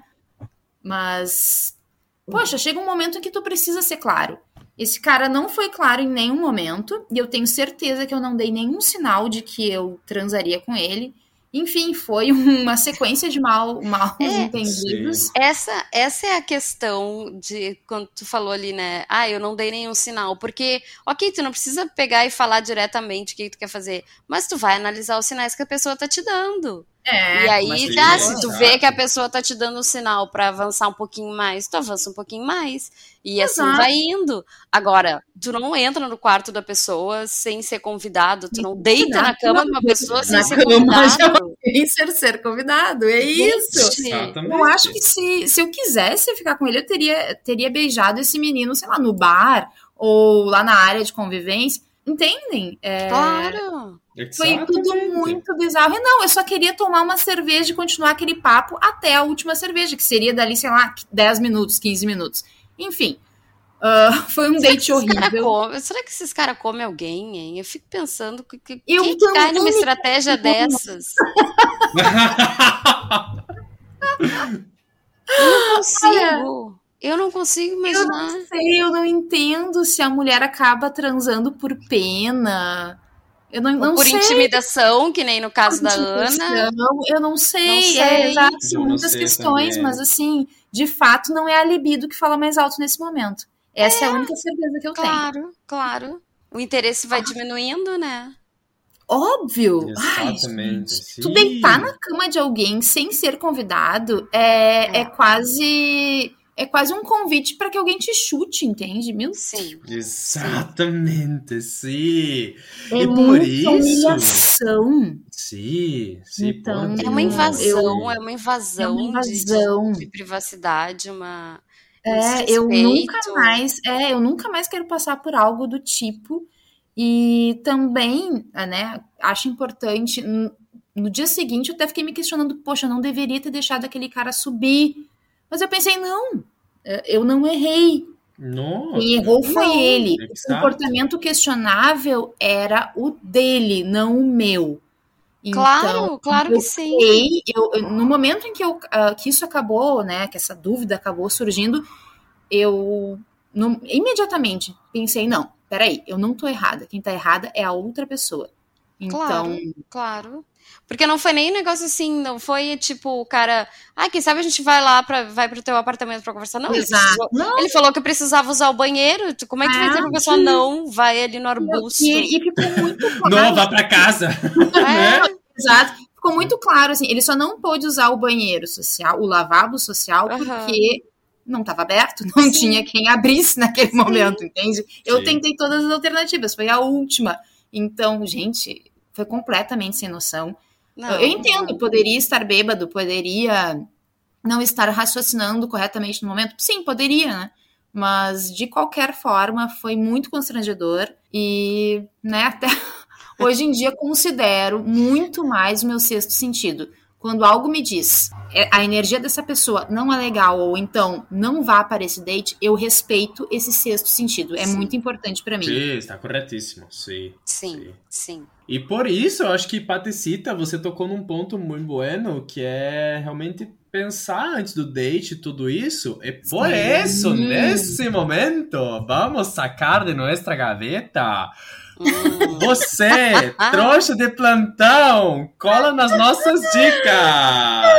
Mas, poxa, chega um momento em que tu precisa ser claro. Esse cara não foi claro em nenhum momento, e eu tenho certeza que eu não dei nenhum sinal de que eu transaria com ele. Enfim, foi uma sequência de mal, mal É, entendidos. Essa, essa é a questão de quando tu falou ali, né? Ah, eu não dei nenhum sinal. Porque, ok, tu não precisa pegar e falar diretamente o que tu quer fazer, mas tu vai analisar os sinais que a pessoa tá te dando. É, E aí, mas sim, ah, é, se tu exato. vê que a pessoa tá te dando um sinal pra avançar um pouquinho mais, tu avança um pouquinho mais. E assim Exato. vai indo. Agora, tu não entra no quarto da pessoa sem ser convidado. Tu não deita na cama de uma pessoa sem Na ser cama, já convidado. Sem ser ser convidado, é isso. Gente, Exatamente. Eu acho que se, se eu quisesse ficar com ele, eu teria, teria beijado esse menino, sei lá, no bar ou lá na área de convivência. Entendem? É, Claro. foi tudo Exatamente. muito bizarro. E não, eu só queria tomar uma cerveja e continuar aquele papo até a última cerveja, que seria dali, sei lá, dez minutos, quinze minutos. Enfim, uh, foi um date Será que esses cara horrível. come- Será que esses caras comem alguém, hein? Eu fico pensando que, que Eu quem que cai também numa me estratégia pergunto. dessas? Eu não consigo. Eu não consigo Eu imaginar. não sei, eu não entendo se a mulher acaba transando por pena. Eu não, Ou não por sei. intimidação, que nem no caso da Ana. Intimidação, eu não sei, Não sei. é exato, Eu são não muitas sei questões, também. mas assim, de fato não é a libido que fala mais alto nesse momento. Essa é, é a única certeza que eu claro, tenho. Claro, claro. O interesse vai ah. diminuindo, né? Óbvio. Exatamente. Ai, tu deitar na cama de alguém sem ser convidado é, é. é quase... É quase um convite para que alguém te chute, entende? Meu sim. Exatamente, sim. É e por isso. Humilhação. Sim, sim. Então, é uma invasão, eu, é uma invasão, é uma invasão. De, de, de privacidade, uma. É, eu nunca mais. É, eu nunca mais quero passar por algo do tipo. E também, né, acho importante. No dia seguinte, eu até fiquei me questionando, poxa, eu não deveria ter deixado aquele cara subir. Mas eu pensei, não, eu não errei. Não, Quem errou foi não, ele. exato. O comportamento questionável era o dele, não o meu. Claro, então, claro eu que sim. Criei, eu, eu, no momento em que, eu, uh, que isso acabou, né, que essa dúvida acabou surgindo, eu no, imediatamente pensei, não, peraí, eu não tô errada. Quem tá errada é a outra pessoa. Então, claro, claro. Porque não foi nem um negócio assim, não foi tipo o cara, ah, quem sabe a gente vai lá, pra, vai pro teu apartamento pra conversar. Não, ele, precisou, não. ele falou que precisava usar o banheiro. Como é que é, vai dizer pra pessoa não, vai ali no arbusto? E, e ficou muito claro. Não, vá pra casa. É, exato. Ficou muito claro, assim, ele só não pôde usar o banheiro social, o lavabo social, uhum. porque não estava aberto, não Sim. tinha quem abrisse naquele Sim. momento, entende? Eu Sim. tentei todas as alternativas, foi a última. Então, gente, foi completamente sem noção. Não, eu entendo, não. poderia estar bêbado, poderia não estar raciocinando corretamente no momento. Sim, poderia, né? Mas, de qualquer forma, foi muito constrangedor. E, né, até hoje em dia considero muito mais o meu sexto sentido. Quando algo me diz, a energia dessa pessoa não é legal, ou então não vá para esse date, eu respeito esse sexto sentido. É sim. muito importante para mim. Sim, está corretíssimo. Sim, sim, sim. sim. E por isso, eu acho que, Paticita, você tocou num ponto muito bueno, que é realmente pensar antes do date e tudo isso. E por sim. isso, nesse momento, vamos sacar de nossa gaveta... Hum. Você, trouxa de plantão, cola nas nossas dicas. Ai,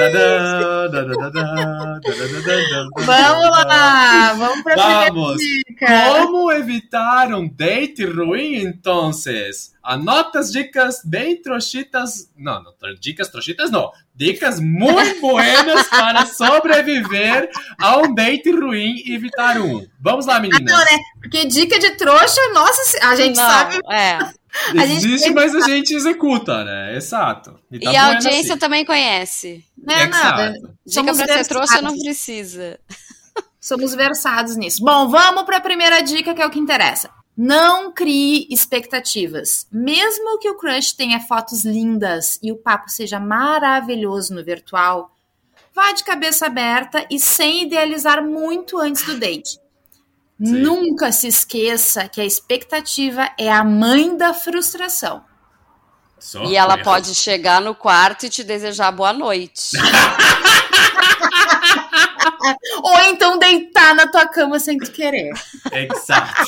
vamos lá, vamos para a primeira dica. Como evitar um date ruim, então? Anota as dicas bem trouxitas. Não, não, dicas trouxitas não. Dicas muito buenas para sobreviver a um date ruim e evitar um. Vamos lá, meninas. Ah, não, né? Porque dica de trouxa, nossa, a gente não, sabe. É. A Existe, gente mas a gente executa, né? Exato. E, tá e a audiência assim. também conhece. Não é nada. Dica pra ser trouxa não precisa. Somos versados nisso. Bom, vamos para a primeira dica, que é o que interessa. Não crie expectativas. Mesmo que o crush tenha fotos lindas e o papo seja maravilhoso no virtual, vá de cabeça aberta e sem idealizar muito antes do date. Sim. Nunca se esqueça que a expectativa é a mãe da frustração. Só e ela pode chegar no quarto e te desejar boa noite. Ou então deitar na tua cama sem tu querer. Exato.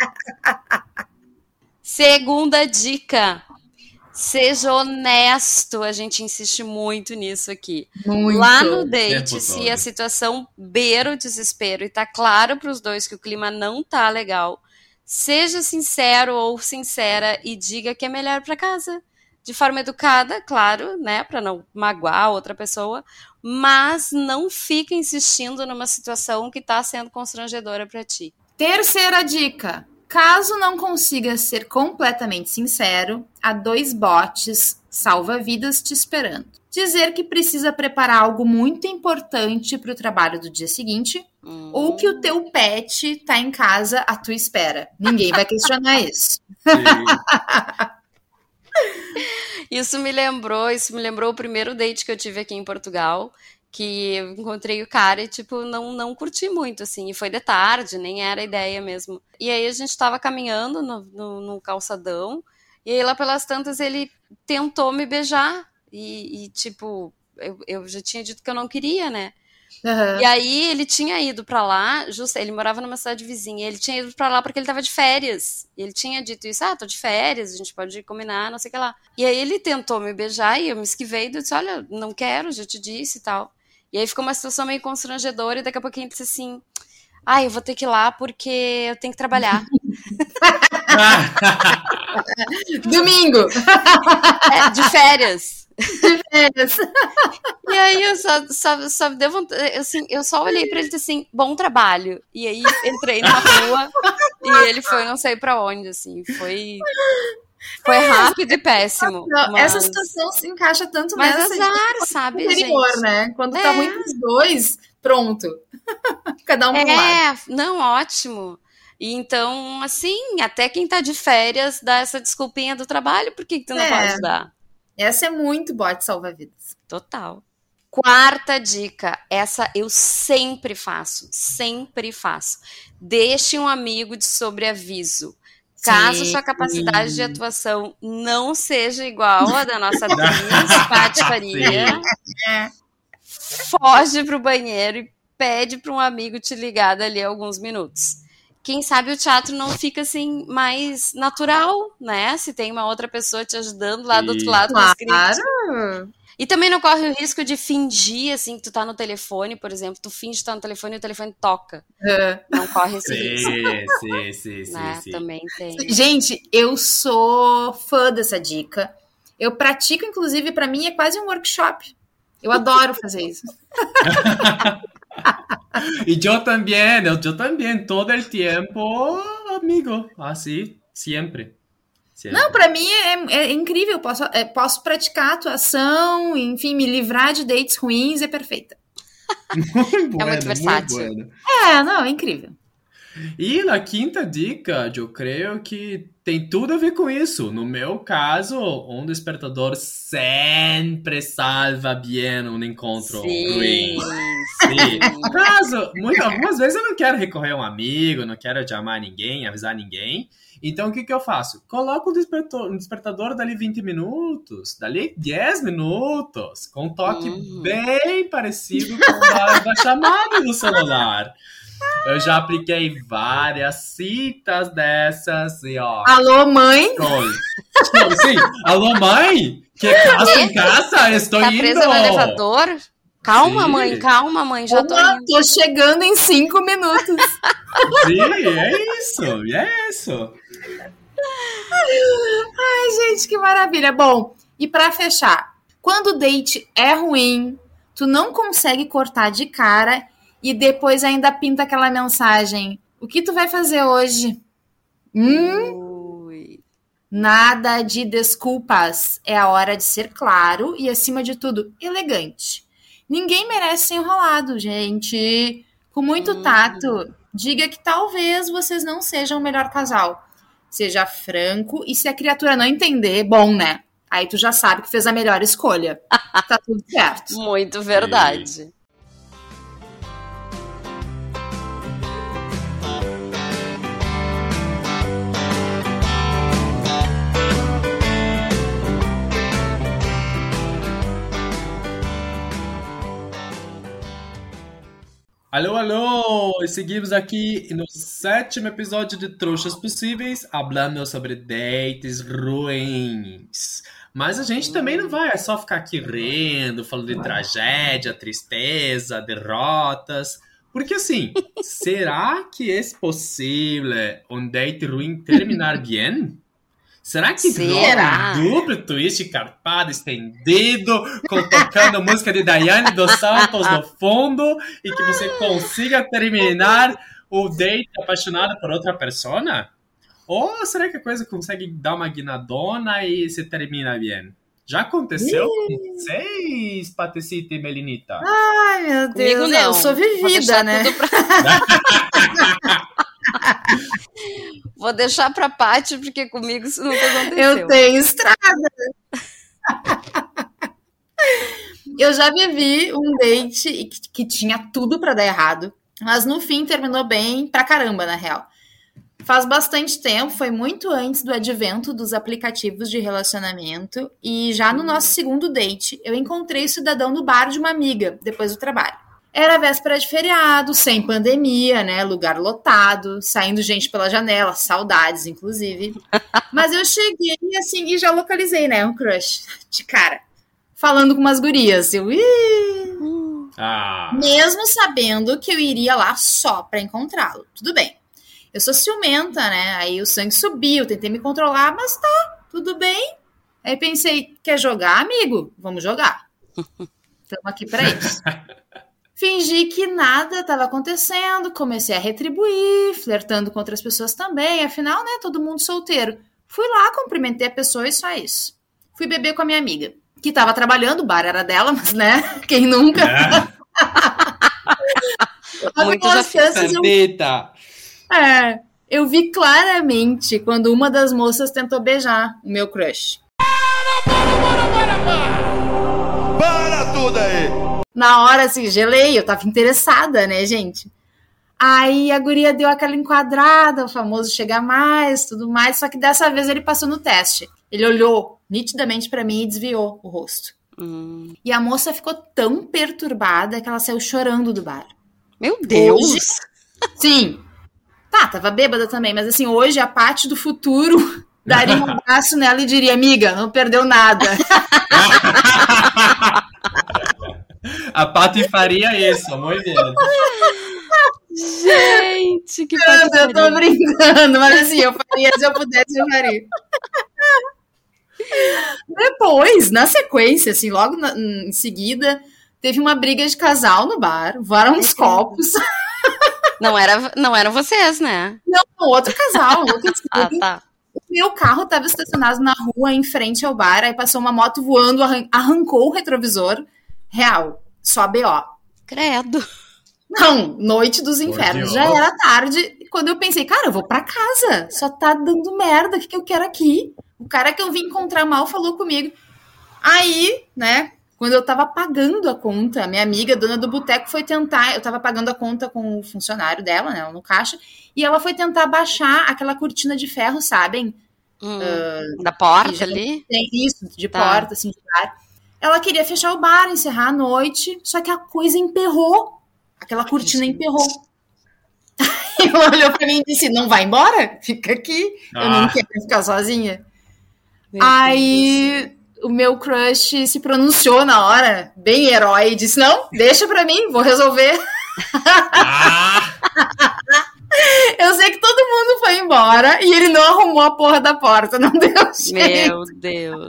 Segunda dica. Seja honesto. A gente insiste muito nisso aqui. Muito. Lá no date, se a situação beira o desespero e tá claro pros dois que o clima não tá legal, seja sincero ou sincera e diga que é melhor pra casa. De forma educada, claro, né, para não magoar a outra pessoa, mas não fica insistindo numa situação que está sendo constrangedora para ti. Terceira dica. Caso não consiga ser completamente sincero, há dois botes salva-vidas te esperando. Dizer que precisa preparar algo muito importante para o trabalho do dia seguinte, hum. ou que o teu pet tá em casa à tua espera. Ninguém vai questionar isso. Isso me lembrou, isso me lembrou o primeiro date que eu tive aqui em Portugal, que eu encontrei o cara e, tipo, não, não curti muito, assim, e foi de tarde, nem era a ideia mesmo. E aí a gente tava caminhando no, no, no calçadão, e aí lá pelas tantas ele tentou me beijar, e, e tipo, eu, eu já tinha dito que eu não queria, né? Uhum. E aí ele tinha ido pra lá, justo, ele morava numa cidade vizinha, ele tinha ido pra lá porque ele tava de férias, e ele tinha dito isso, ah, tô de férias, a gente pode combinar, não sei o que lá. E aí ele tentou me beijar e eu me esquivei e disse, olha, não quero, já te disse e tal. E aí ficou uma situação meio constrangedora e daqui a pouquinho ele disse assim, Ah, eu vou ter que ir lá porque eu tenho que trabalhar. Domingo! É, de férias. De férias. E aí eu só, só, só deu vontade, assim, eu só olhei pra ele e disse assim, bom trabalho. E aí entrei na rua e ele foi não sei pra onde, assim, foi... Foi rápido e péssimo. Não, mas... Essa situação se encaixa tanto mas nessa azar, de sabe, anterior, gente? né? Quando É. tá ruim pros dois, pronto. Cada um pro lado. É, não, ótimo. E então, assim, até quem tá de férias dá essa desculpinha do trabalho, por que, que tu não É. pode dar? Essa é muito bote salva-vidas. Total. Quarta dica, essa eu sempre faço, sempre faço. Deixe um amigo de sobreaviso. Caso Sim. sua capacidade de atuação não seja igual à da nossa atriz, Paty Faria, É. foge pro banheiro e pede para um amigo te ligar dali a alguns minutos. Quem sabe o teatro não fica assim mais natural, né? Se tem uma outra pessoa te ajudando lá do outro lado do script. Claro. E também não corre o risco de fingir, assim, que tu tá no telefone, por exemplo. Tu finge que tá no telefone e o telefone toca. É. Não corre esse risco. Sim, sim, sim, Né? sim, sim. Também tem. Gente, eu sou fã dessa dica. Eu pratico, inclusive, pra mim é quase um workshop. Eu adoro fazer isso. Y yo también, yo, yo también, todo el tiempo, amigo, así, siempre. siempre. Não, pra mim é, é incrível. Posso, é, posso praticar atuação, enfim, me livrar de dates ruins, é perfeita. Muy bueno, É muito versátil. muy bueno. É, não, é incrível. E a quinta dica, eu creio que tem tudo a ver com isso. No meu caso, um despertador sempre salva bem um encontro ruim. Sim. Caso, muito, algumas vezes eu não quero recorrer a um amigo, não quero chamar ninguém, avisar ninguém. Então, o que, que eu faço? Coloco um despertador, um despertador dali vinte minutos, dali dez minutos, com um toque Uhum. bem parecido com o da, da chamada do celular. Eu já apliquei várias citas dessas e ó... Alô, mãe? Não, sim, alô mãe? Que casa em casa? Estou Tá indo. presa no elevador? Calma, Sim. mãe, calma, mãe, já tô Opa, indo. tô chegando em cinco minutos. Sim, é isso, é isso. Ai, gente, que maravilha. Bom, e pra fechar, quando o date é ruim, tu não consegue cortar de cara e depois ainda pinta aquela mensagem. O que tu vai fazer hoje? Hum? Ui. Nada de desculpas. É a hora de ser claro e, acima de tudo, elegante. Ninguém merece ser enrolado, gente. Com muito Uhum. tato, diga que talvez vocês não sejam o melhor casal. Seja franco e se a criatura não entender, bom, né? Aí tu já sabe que fez a melhor escolha. Tá tudo certo. Muito verdade. Alô, alô! E seguimos aqui no sétimo episódio de Trouxas Possíveis, falando sobre dates ruins. Mas a gente também não vai só ficar aqui rindo, falando de tragédia, tristeza, derrotas. Porque assim, será que é possível um date ruim terminar bem? Será que Será? rola um duplo twist carpado, estendido, com, tocando música de Daiane dos Santos no fundo e que você consiga terminar o date apaixonado por outra persona? Ou será que a coisa consegue dar uma guinadona e se termina bem? Já aconteceu com vocês, Patecita e Melinita? Ai, meu Comigo Deus. não. Eu sou Vou vivida, deixar né? tudo pra... Vou deixar pra Paty, porque comigo isso nunca aconteceu. Eu tenho estrada. Eu já vivi um date que, que tinha tudo pra dar errado, mas no fim terminou bem pra caramba, na real. Faz bastante tempo, foi muito antes do advento dos aplicativos de relacionamento, e já no nosso segundo date, eu encontrei o cidadão no bar de uma amiga, depois do trabalho. Era véspera de feriado, sem pandemia, né? Lugar lotado, saindo gente pela janela, saudades, inclusive. Mas eu cheguei, assim, e já localizei, né? Um crush de cara. Falando com umas gurias. Eu, ih, Ah. Mesmo sabendo que eu iria lá só pra encontrá-lo. Tudo bem. Eu sou ciumenta, né? Aí o sangue subiu, tentei me controlar, mas tá, tudo bem. Aí pensei, quer jogar, amigo? Vamos jogar. Estamos aqui pra isso. Fingi que nada estava acontecendo, comecei a retribuir, flertando com outras pessoas também, afinal, né, todo mundo solteiro. Fui lá, cumprimentei a pessoa e só isso. Fui beber com a minha amiga, que estava trabalhando, o bar era dela, mas, né, quem nunca... É. Muito já fiz. Eita. É, eu vi claramente quando uma das moças tentou beijar o meu crush. Para, para, para, para! Para tudo aí! Na hora, assim, gelei, eu tava interessada, né, gente? Aí a guria deu aquela enquadrada, o famoso chega mais, tudo mais, só que dessa vez ele passou no teste. Ele olhou nitidamente pra mim e desviou o rosto. Hum. E a moça ficou tão perturbada que ela saiu chorando do bar. Meu Deus! Hoje, sim. Tá, tava bêbada também, mas assim, hoje a Paty do futuro daria um abraço nela e diria, amiga, não perdeu nada. A Paty faria isso, amor de Deus. Gente, que Eu, eu tô brincando, mas assim, eu faria, se eu pudesse, eu faria. Depois, na sequência, assim, logo na, em seguida, teve uma briga de casal no bar, voaram uns copos. Não, era, não eram vocês, né? Não, outro casal. Outro ah, tá. O meu carro estava estacionado na rua, em frente ao bar, aí passou uma moto voando, arran- arrancou o retrovisor. Real, só B O. Credo. Não, noite dos infernos. Deus. Já era tarde, quando eu pensei, cara, eu vou pra casa. Só tá dando merda, o que, que eu quero aqui? O cara que eu vim encontrar mal falou comigo. Aí, né, quando eu tava pagando a conta, minha amiga, dona do boteco, foi tentar... Eu tava pagando a conta com o funcionário dela, né, no caixa, e ela foi tentar baixar aquela cortina de ferro, sabem? Hum, Uh, da porta já ali? Tem isso, de Tá. porta, assim, de bar. Ela queria fechar o bar, encerrar a noite, só que a coisa emperrou. Aquela cortina emperrou. Ela olhou pra mim e disse, não vai embora? Fica aqui. Eu não Ah. quero ficar sozinha. Meu Aí o meu crush se pronunciou na hora, bem herói, e disse, não, deixa pra mim, vou resolver. Ah. Eu sei que todo mundo foi embora e ele não arrumou a porra da porta, não deu jeito. Meu Deus.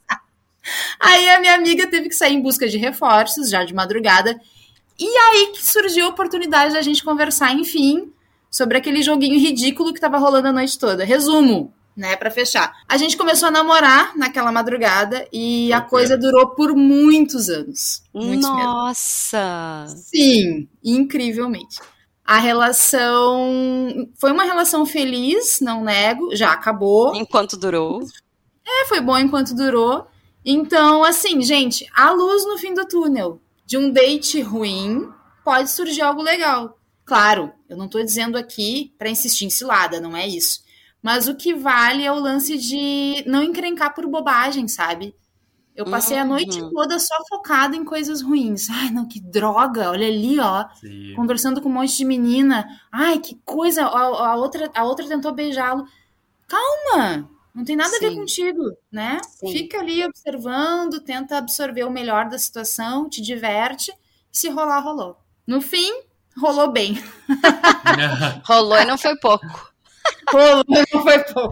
Aí a minha amiga teve que sair em busca de reforços, já de madrugada. E aí que surgiu a oportunidade da gente conversar, enfim, sobre aquele joguinho ridículo que tava rolando a noite toda. Resumo, né, pra fechar. A gente começou a namorar naquela madrugada e a coisa durou por muitos anos. Muitos mesmo. Nossa. Sim, incrivelmente. A relação... Foi uma relação feliz, não nego, já acabou. Enquanto durou. É, foi bom enquanto durou. Então, assim, gente, a luz no fim do túnel de um date ruim pode surgir algo legal. Claro, eu não tô dizendo aqui pra insistir em cilada, não é isso. Mas o que vale é o lance de não encrencar por bobagem, sabe? Eu passei Uhum. a noite toda só focada em coisas ruins. Ai, não, que droga, olha ali, ó. Sim. Conversando com um monte de menina. Ai, que coisa, a, a outra, a outra tentou beijá-lo. Calma! Não tem nada a ver Sim. contigo, né? Sim. Fica ali observando, tenta absorver o melhor da situação, te diverte. Se rolar, rolou. No fim, rolou bem. Rolou e não foi pouco. Rolou, não foi pouco.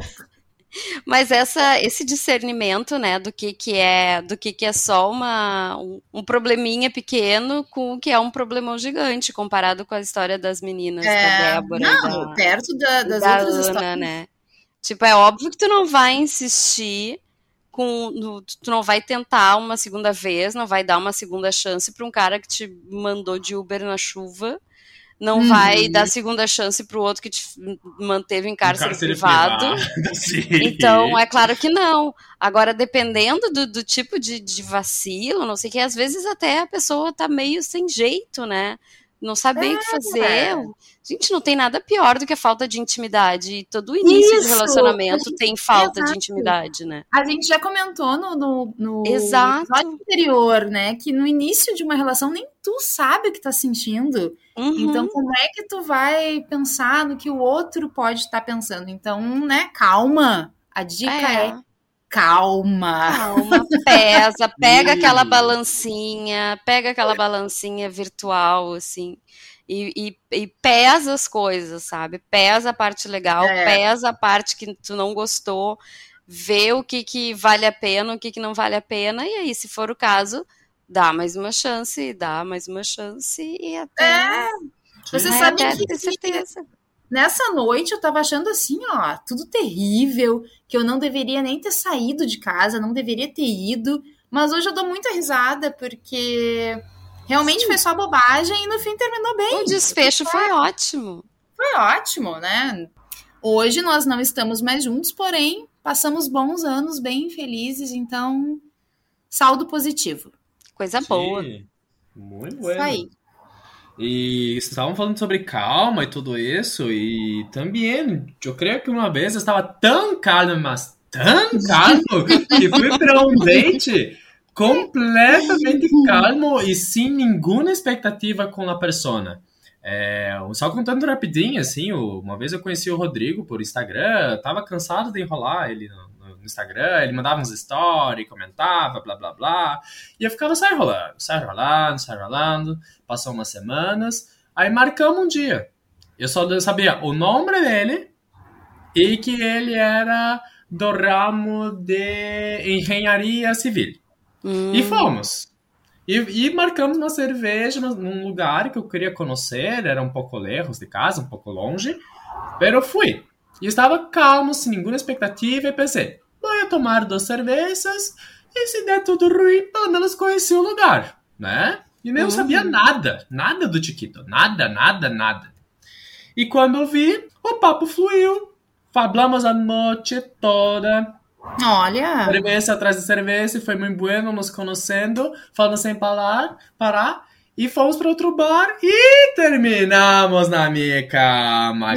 Mas essa, esse discernimento, né, do que, que é, do que, que é só uma, um, um probleminha pequeno com o que é um problemão gigante, comparado com a história das meninas, É, da Débora não, e da, perto da- das da outras Ana, histórias. né? Tipo, é óbvio que tu não vai insistir com, no- tu não vai tentar uma segunda vez, não vai dar uma segunda chance para um cara que te mandou de Uber na chuva, não Uhum. vai dar segunda chance para o outro que te manteve em cárcere, Cárcere privado. privado, sim. Então, é claro que não. Agora, dependendo do, do tipo de, de vacilo, não sei o que, às vezes até a pessoa tá meio sem jeito, né? Não sabe bem o que fazer. Gente, não tem nada pior do que a falta de intimidade. E todo início de Isso! relacionamento tem falta Exato. de intimidade, né? A gente já comentou no, no, no Exato. episódio anterior, né? Que no início de uma relação nem tu sabe o que tá sentindo. Uhum. Então, como é que tu vai pensar no que o outro pode estar pensando? Então, né, calma. A dica é, É. calma. Calma, pesa, pega aquela balancinha, pega aquela balancinha virtual, assim, e, e, e pesa as coisas, sabe? Pesa a parte legal, é. pesa a parte que tu não gostou, vê o que, que vale a pena, o que, que não vale a pena, e aí, se for o caso, dá mais uma chance, dá mais uma chance, e até... É, você é, sabe até que... ter certeza. Nessa noite eu tava achando assim, ó, tudo terrível, que eu não deveria nem ter saído de casa, não deveria ter ido, mas hoje eu dou muita risada, porque realmente Sim. foi só bobagem e no fim terminou bem. O desfecho foi ótimo. Foi ótimo, né? Hoje nós não estamos mais juntos, porém, passamos bons anos bem felizes, então, saldo positivo. Coisa Sim. boa. Muito bueno. Isso aí. E estavam falando sobre calma e tudo isso, e também, eu creio que uma vez eu estava tão calmo, mas tão calmo, que fui para um date completamente calmo e sem nenhuma expectativa com a persona. É, só contando rapidinho, assim, uma vez eu conheci o Rodrigo por Instagram, tava cansado de enrolar ele no, no Instagram, ele mandava uns stories, comentava, blá, blá, blá, e eu ficava só enrolando, só enrolando, só enrolando, passou umas semanas, aí marcamos um dia. Eu só sabia o nome dele e que ele era do ramo de engenharia civil. Hum. E fomos. E, e marcamos uma cerveja num lugar que eu queria conhecer, era um pouco lejos de casa, um pouco longe, mas eu fui. E estava calmo, sem nenhuma expectativa, e pensei, vou tomar duas cervejas, e se der tudo ruim, pelo menos conheci o lugar, né? E nem uhum. sabia nada, nada do Chiquito, nada, nada, nada. E quando eu vi, o papo fluiu, falamos a noite toda. Olha! Cerveja atrás de cerveja, foi muito bueno, nos conhecendo, falando sem parar, parar, e fomos para outro bar e terminamos na minha cama,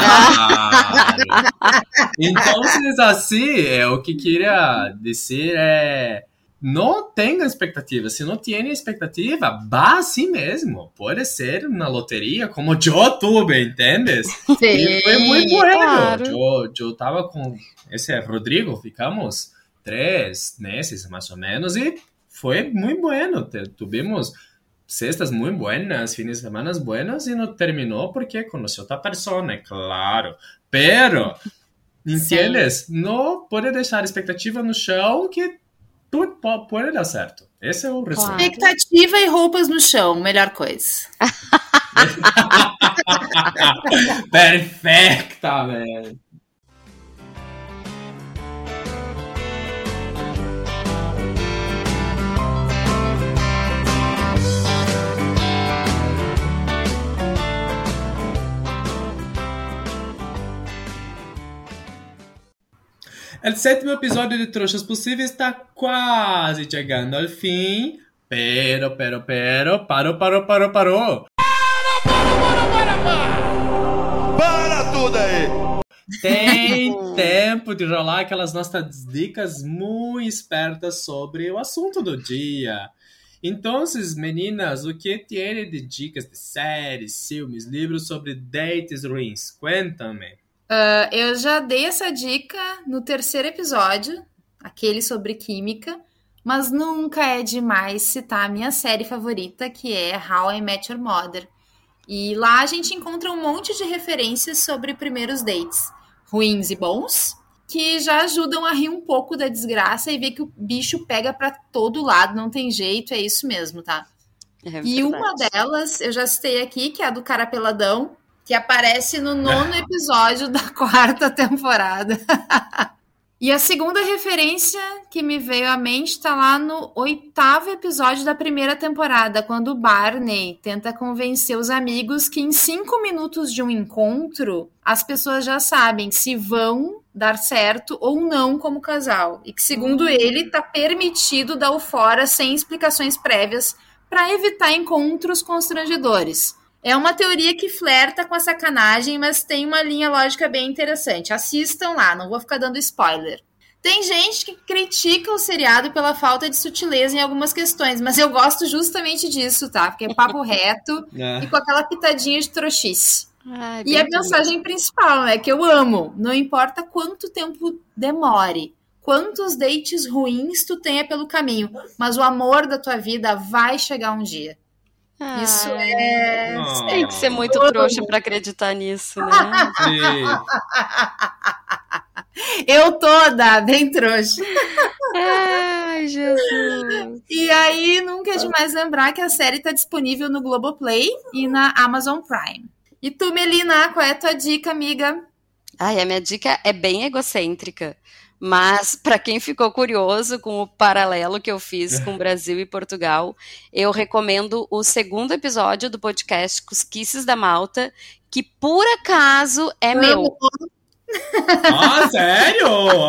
claro. Então, assim, é, o que queria dizer é, não tenha expectativa, se não tem expectativa, vá assim mesmo, pode ser na loteria, como eu tuve, entendes? Sim, e foi muito bueno, claro. eu, eu tava com esse Rodrigo, ficamos três meses mais ou menos e foi muito bueno. Tivemos sextas muito buenas, fins de semana buenas e não terminou porque conheceu outra pessoa, claro. Pero, entendes? Não pode deixar expectativa no chão que tudo pode dar certo. Esse é o resumo. Expectativa e roupas no chão, melhor coisa. Perfecta, velho. O sétimo episódio de Trouxas Possíveis está quase chegando ao fim. Pero, pero, pero, parou, parou, parou, parou. Para, para, para, para, para. Para tudo aí. Tem tempo de rolar aquelas nossas dicas muito espertas sobre o assunto do dia. Então, meninas, o que tem de dicas de séries, filmes, livros sobre dates ruins? Conta-me. Uh, eu já dei essa dica no terceiro episódio, aquele sobre química, mas nunca é demais citar a minha série favorita, que é How I Met Your Mother. E lá a gente encontra um monte de referências sobre primeiros dates, ruins e bons, que já ajudam a rir um pouco da desgraça e ver que o bicho pega pra todo lado, não tem jeito, é isso mesmo, tá? É e uma delas, eu já citei aqui, que é a do cara peladão, que aparece no nono episódio da quarta temporada. E a segunda referência que me veio à mente está lá no oitavo episódio da primeira temporada, quando o Barney tenta convencer os amigos que em cinco minutos de um encontro, as pessoas já sabem se vão dar certo ou não como casal. E que, segundo ele, está permitido dar o fora sem explicações prévias para evitar encontros constrangedores. É uma teoria que flerta com a sacanagem, mas tem uma linha lógica bem interessante. Assistam lá, não vou ficar dando spoiler. Tem gente que critica o seriado pela falta de sutileza em algumas questões, mas eu gosto justamente disso, tá? Porque é papo reto é. E com aquela pitadinha de trouxice. E a mensagem principal, né, que eu amo, não importa quanto tempo demore, quantos dates ruins tu tenha pelo caminho, mas o amor da tua vida vai chegar um dia. Ah, Isso é... Oh. Tem que ser muito trouxa pra acreditar nisso, né? Sim. Eu toda, bem trouxa. Ai, Jesus. E aí, nunca é demais lembrar que a série tá disponível no Globoplay e na Amazon Prime. E tu, Melina, qual é a tua dica, amiga? Ai, a minha dica é bem egocêntrica. Mas, para quem ficou curioso com o paralelo que eu fiz com Brasil e Portugal, eu recomendo o segundo episódio do podcast Cusquices da Malta, que por acaso é Amo. meu. Ah, sério?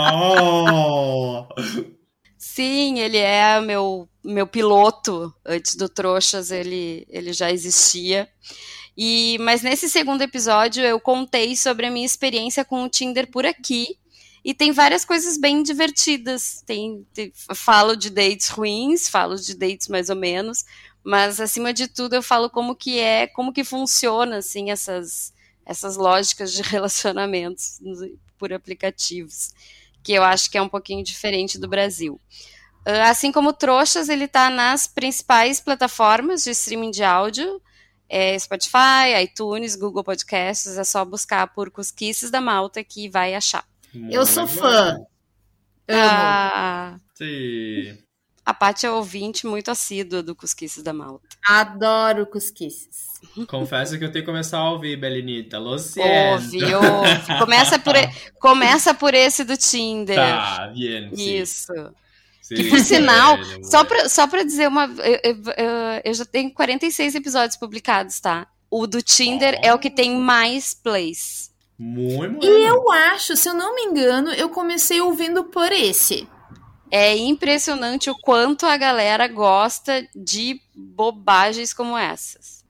Oh. Sim, ele é meu, meu piloto. Antes do Trouxas, ele, ele já existia. E, mas nesse segundo episódio, eu contei sobre a minha experiência com o Tinder por aqui. E tem várias coisas bem divertidas. Tem, tem, falo de dates ruins, falo de dates mais ou menos, mas acima de tudo eu falo como que é, como que funciona assim, essas, essas lógicas de relacionamentos por aplicativos, que eu acho que é um pouquinho diferente do Brasil. Assim como o Trouxas, ele está nas principais plataformas de streaming de áudio, é Spotify, iTunes, Google Podcasts, é só buscar por Cusquices da Malta que vai achar. Muito Eu sou fã. bom. Ah, Sim. a Paty é ouvinte muito assídua do Cusquices da Malta. Adoro cusquices. Confesso que eu tenho que começar a ouvir, Belinita. Lo siento. Ouve, ouve. Começa por, começa por esse do Tinder. Tá, bien, sim. Isso. Sim, Que por sinal, bueno, só bueno. pra, só pra dizer uma... Eu, eu, eu já tenho quarenta e seis episódios publicados, tá? O do Tinder Oh. é o que tem mais plays. Muito bom. E eu acho, se eu não me engano, eu comecei ouvindo por esse. É impressionante o quanto a galera gosta de bobagens como essas.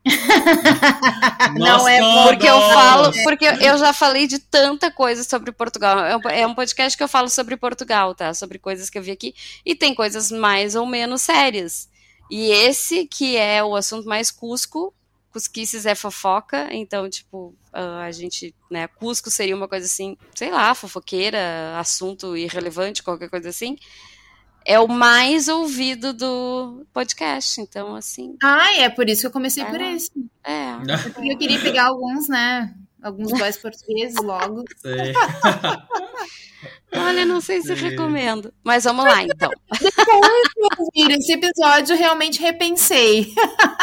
Não é bom. Porque eu falo, porque eu já falei de tanta coisa sobre Portugal. É um, é um podcast que eu falo sobre Portugal, tá? Sobre coisas que eu vi aqui. E tem coisas mais ou menos sérias. E esse, que é o assunto mais cusco, Cusquices é fofoca, então, tipo, a gente, né, Cusco seria uma coisa assim, sei lá, fofoqueira, assunto irrelevante, qualquer coisa assim. É o mais ouvido do podcast, então, assim... Ah, é por isso que eu comecei É. por esse. É. Porque eu queria pegar alguns, né? Alguns boys portugueses logo. Sei. Olha, não sei se Sim. recomendo. Mas vamos lá, então. Ouvir esse episódio, realmente repensei.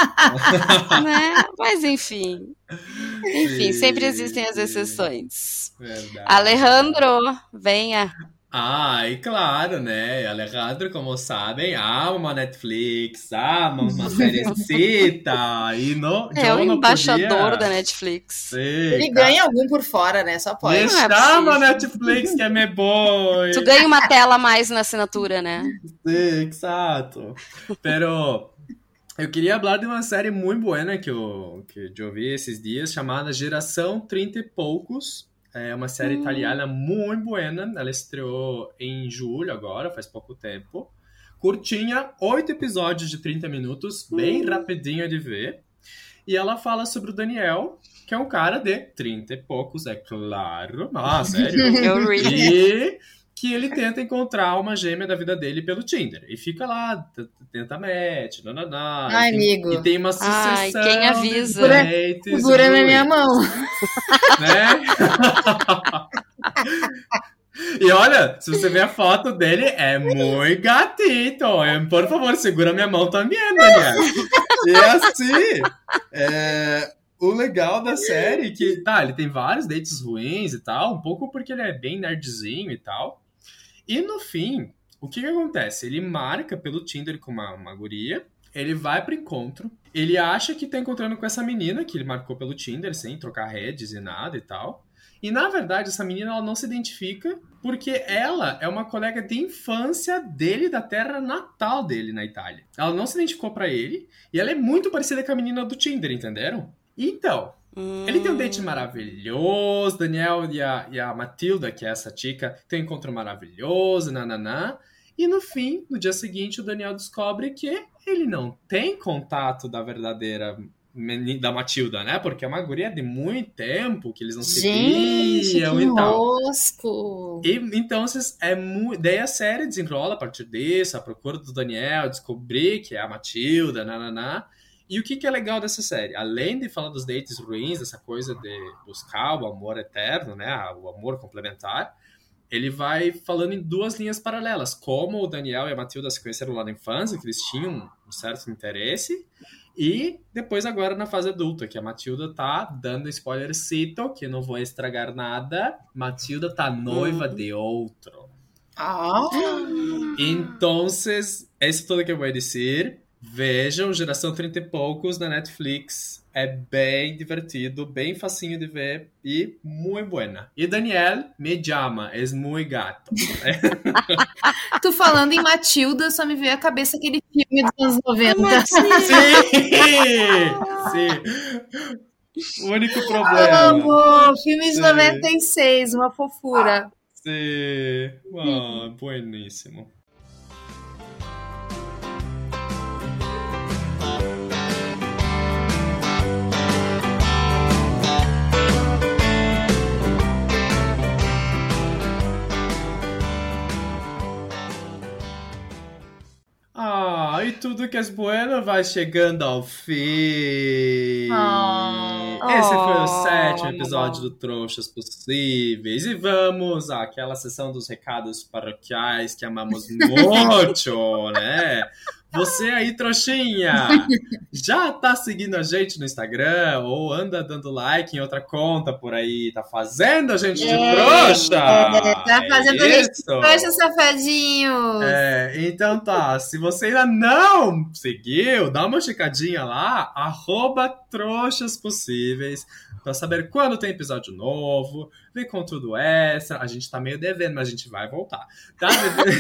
Né? Mas, enfim. Enfim, Sim, sempre existem as sim. exceções. Verdade. Alejandro, venha. Ah, e claro, né? Alejandro, como sabem, ama uma Netflix, ama uma seriecita. E no, É o eu não embaixador podia... da Netflix. Sim, Ele cara. ganha algum por fora, né? Só pode. Me Não é chama possível. Netflix que é meu boy. Tu ganha uma tela a mais na assinatura, né? Sí, exato. Pero eu queria falar de uma série muito buena que eu, que eu vi esses dias, chamada Geração trinta e Poucos. É uma série Hum. italiana muito buena. Ela estreou em julho agora, faz pouco tempo. Curtinha, oito episódios de trinta minutos, bem rapidinho de ver. E ela fala sobre o Daniel, que é um cara de trinta e poucos, é claro. Ah, sério? Eu really. E que ele tenta encontrar uma gêmea da vida dele pelo Tinder. E fica lá, t- t- tenta match, nananá. Ai, e tem, amigo. E tem uma sucessão Ai, quem avisa? de dates Segura na minha ruins, mão. né? E olha, se você ver a foto dele, é muito gatito. É, por favor, segura minha mão também, Daniel. E assim, é, o legal da série é que, tá, ele tem vários dates ruins e tal, um pouco porque ele é bem nerdzinho e tal. E no fim, o que que acontece? Ele marca pelo Tinder com uma, uma guria, ele vai pro encontro, ele acha que tá encontrando com essa menina que ele marcou pelo Tinder, sem trocar redes e nada e tal. E, na verdade, essa menina ela não se identifica porque ela é uma colega de infância dele, da terra natal dele na Itália. Ela não se identificou pra ele e ela é muito parecida com a menina do Tinder, entenderam? Então, Hum. ele tem um date maravilhoso, Daniel e a, e a Matilda, que é essa chica, tem um encontro maravilhoso, nananá. E no fim, no dia seguinte, o Daniel descobre que ele não tem contato da verdadeira da Matilda, né? Porque é uma guria de muito tempo que eles não se Gente, viam que e tal. rosco! E então, é muito... daí a série desenrola a partir disso, a procura do Daniel, descobrir que é a Matilda, nananá. E o que, que é legal dessa série? Além de falar dos dates ruins, dessa coisa de buscar o amor eterno, né? O amor complementar, ele vai falando em duas linhas paralelas. Como o Daniel e a Matilda se conheceram lá na infância, que eles tinham um certo interesse. E depois agora na fase adulta, que a Matilda tá dando spoilercito, que eu não vou estragar nada. Matilda tá noiva hum. de outro. Ah. Então, isso é tudo que eu vou dizer. Vejam Geração trinta e Poucos na Netflix. É bem divertido, bem facinho de ver e muito buena. E Daniel me chama, é muito gato. Tu falando em Matilda, só me veio à cabeça aquele filme dos anos noventa. Sim! Sim! O único problema. Amor, filme de Sim. noventa e seis, uma fofura. Sim! Oh, bueníssimo. Ah, e tudo que é bueno vai chegando ao fim. Oh, Esse foi o oh, sétimo episódio do Trouxas Possíveis. E vamos àquela sessão dos recados paroquiais que amamos muito, né? Você aí, trouxinha, já tá seguindo a gente no Instagram ou anda dando like em outra conta por aí? Tá fazendo a gente de é, trouxa? É, tá fazendo é a gente de trouxa, safadinho. É, então tá, se você ainda não seguiu, dá uma checadinha lá, arroba Trouxas Possíveis, pra saber quando tem episódio novo, ver conteúdo extra. A gente tá meio devendo, mas a gente vai voltar, tá?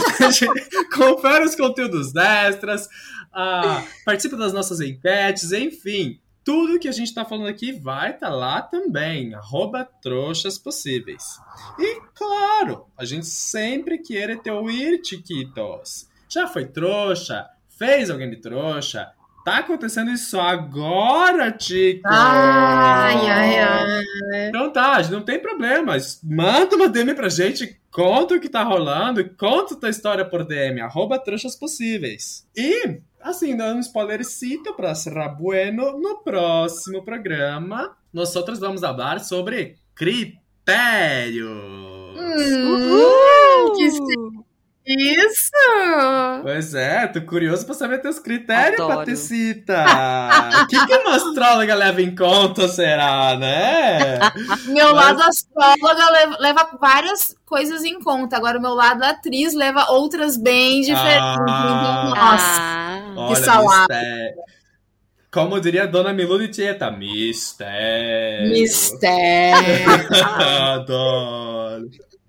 Confere os conteúdos extras, uh, participa das nossas enquetes, enfim, tudo que a gente tá falando aqui vai estar tá lá também, arroba Trouxas Possíveis. E claro, a gente sempre quer te ouvir, chiquitos. Já foi trouxa? Fez alguém de trouxa? Tá acontecendo isso agora, Tico! Ai, ai, ai. Então tá, não tem problema. Manda uma D M pra gente, conta o que tá rolando, conta tua história por D M, arroba Trouxas Possíveis. E, assim, dando um spoilercito pra será bueno, no próximo programa, nós outros vamos falar sobre critérios. Hum, Uhul. Que isso! Pois é, tô curioso pra saber teus critérios, Adoro. Patricita. O que, que uma astróloga leva em conta, será, né? Meu Mas... lado astróloga leva, leva várias coisas em conta. Agora, o meu lado atriz leva outras bem diferentes. Ah, Nossa, ah, que salada. Como diria a dona Milu de Tieta, mistério. Mistério. Adoro.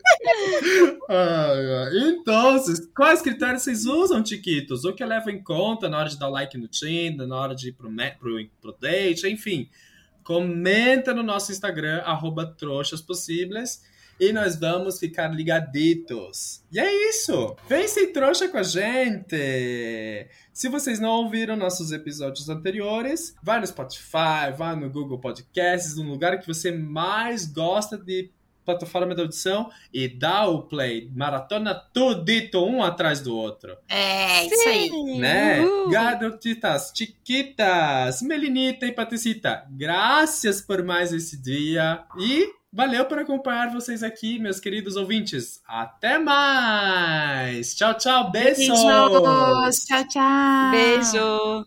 Então, quais critérios vocês usam, chiquitos? O que leva em conta na hora de dar like no Tinder, na hora de ir pro, pro, pro date, enfim. Comenta no nosso Instagram, arroba Trouxas Possíveis, e nós vamos ficar ligaditos. E é isso! Vem ser trouxa com a gente! Se vocês não ouviram nossos episódios anteriores, vai no Spotify, vai no Google Podcasts, no lugar que você mais gosta de plataforma de audição, e dá o play, maratona tudito um atrás do outro. É, isso aí. Né? Garotitas, chiquitas, Melinita e Patricita, graças por mais esse dia e valeu por acompanhar vocês aqui, meus queridos ouvintes. Até mais! Tchau, tchau, beijos! Beijos! Tchau, tchau! Beijo!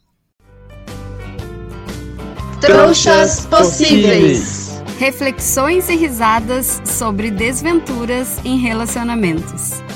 Trouxas Possíveis. Reflexões e risadas sobre desventuras em relacionamentos.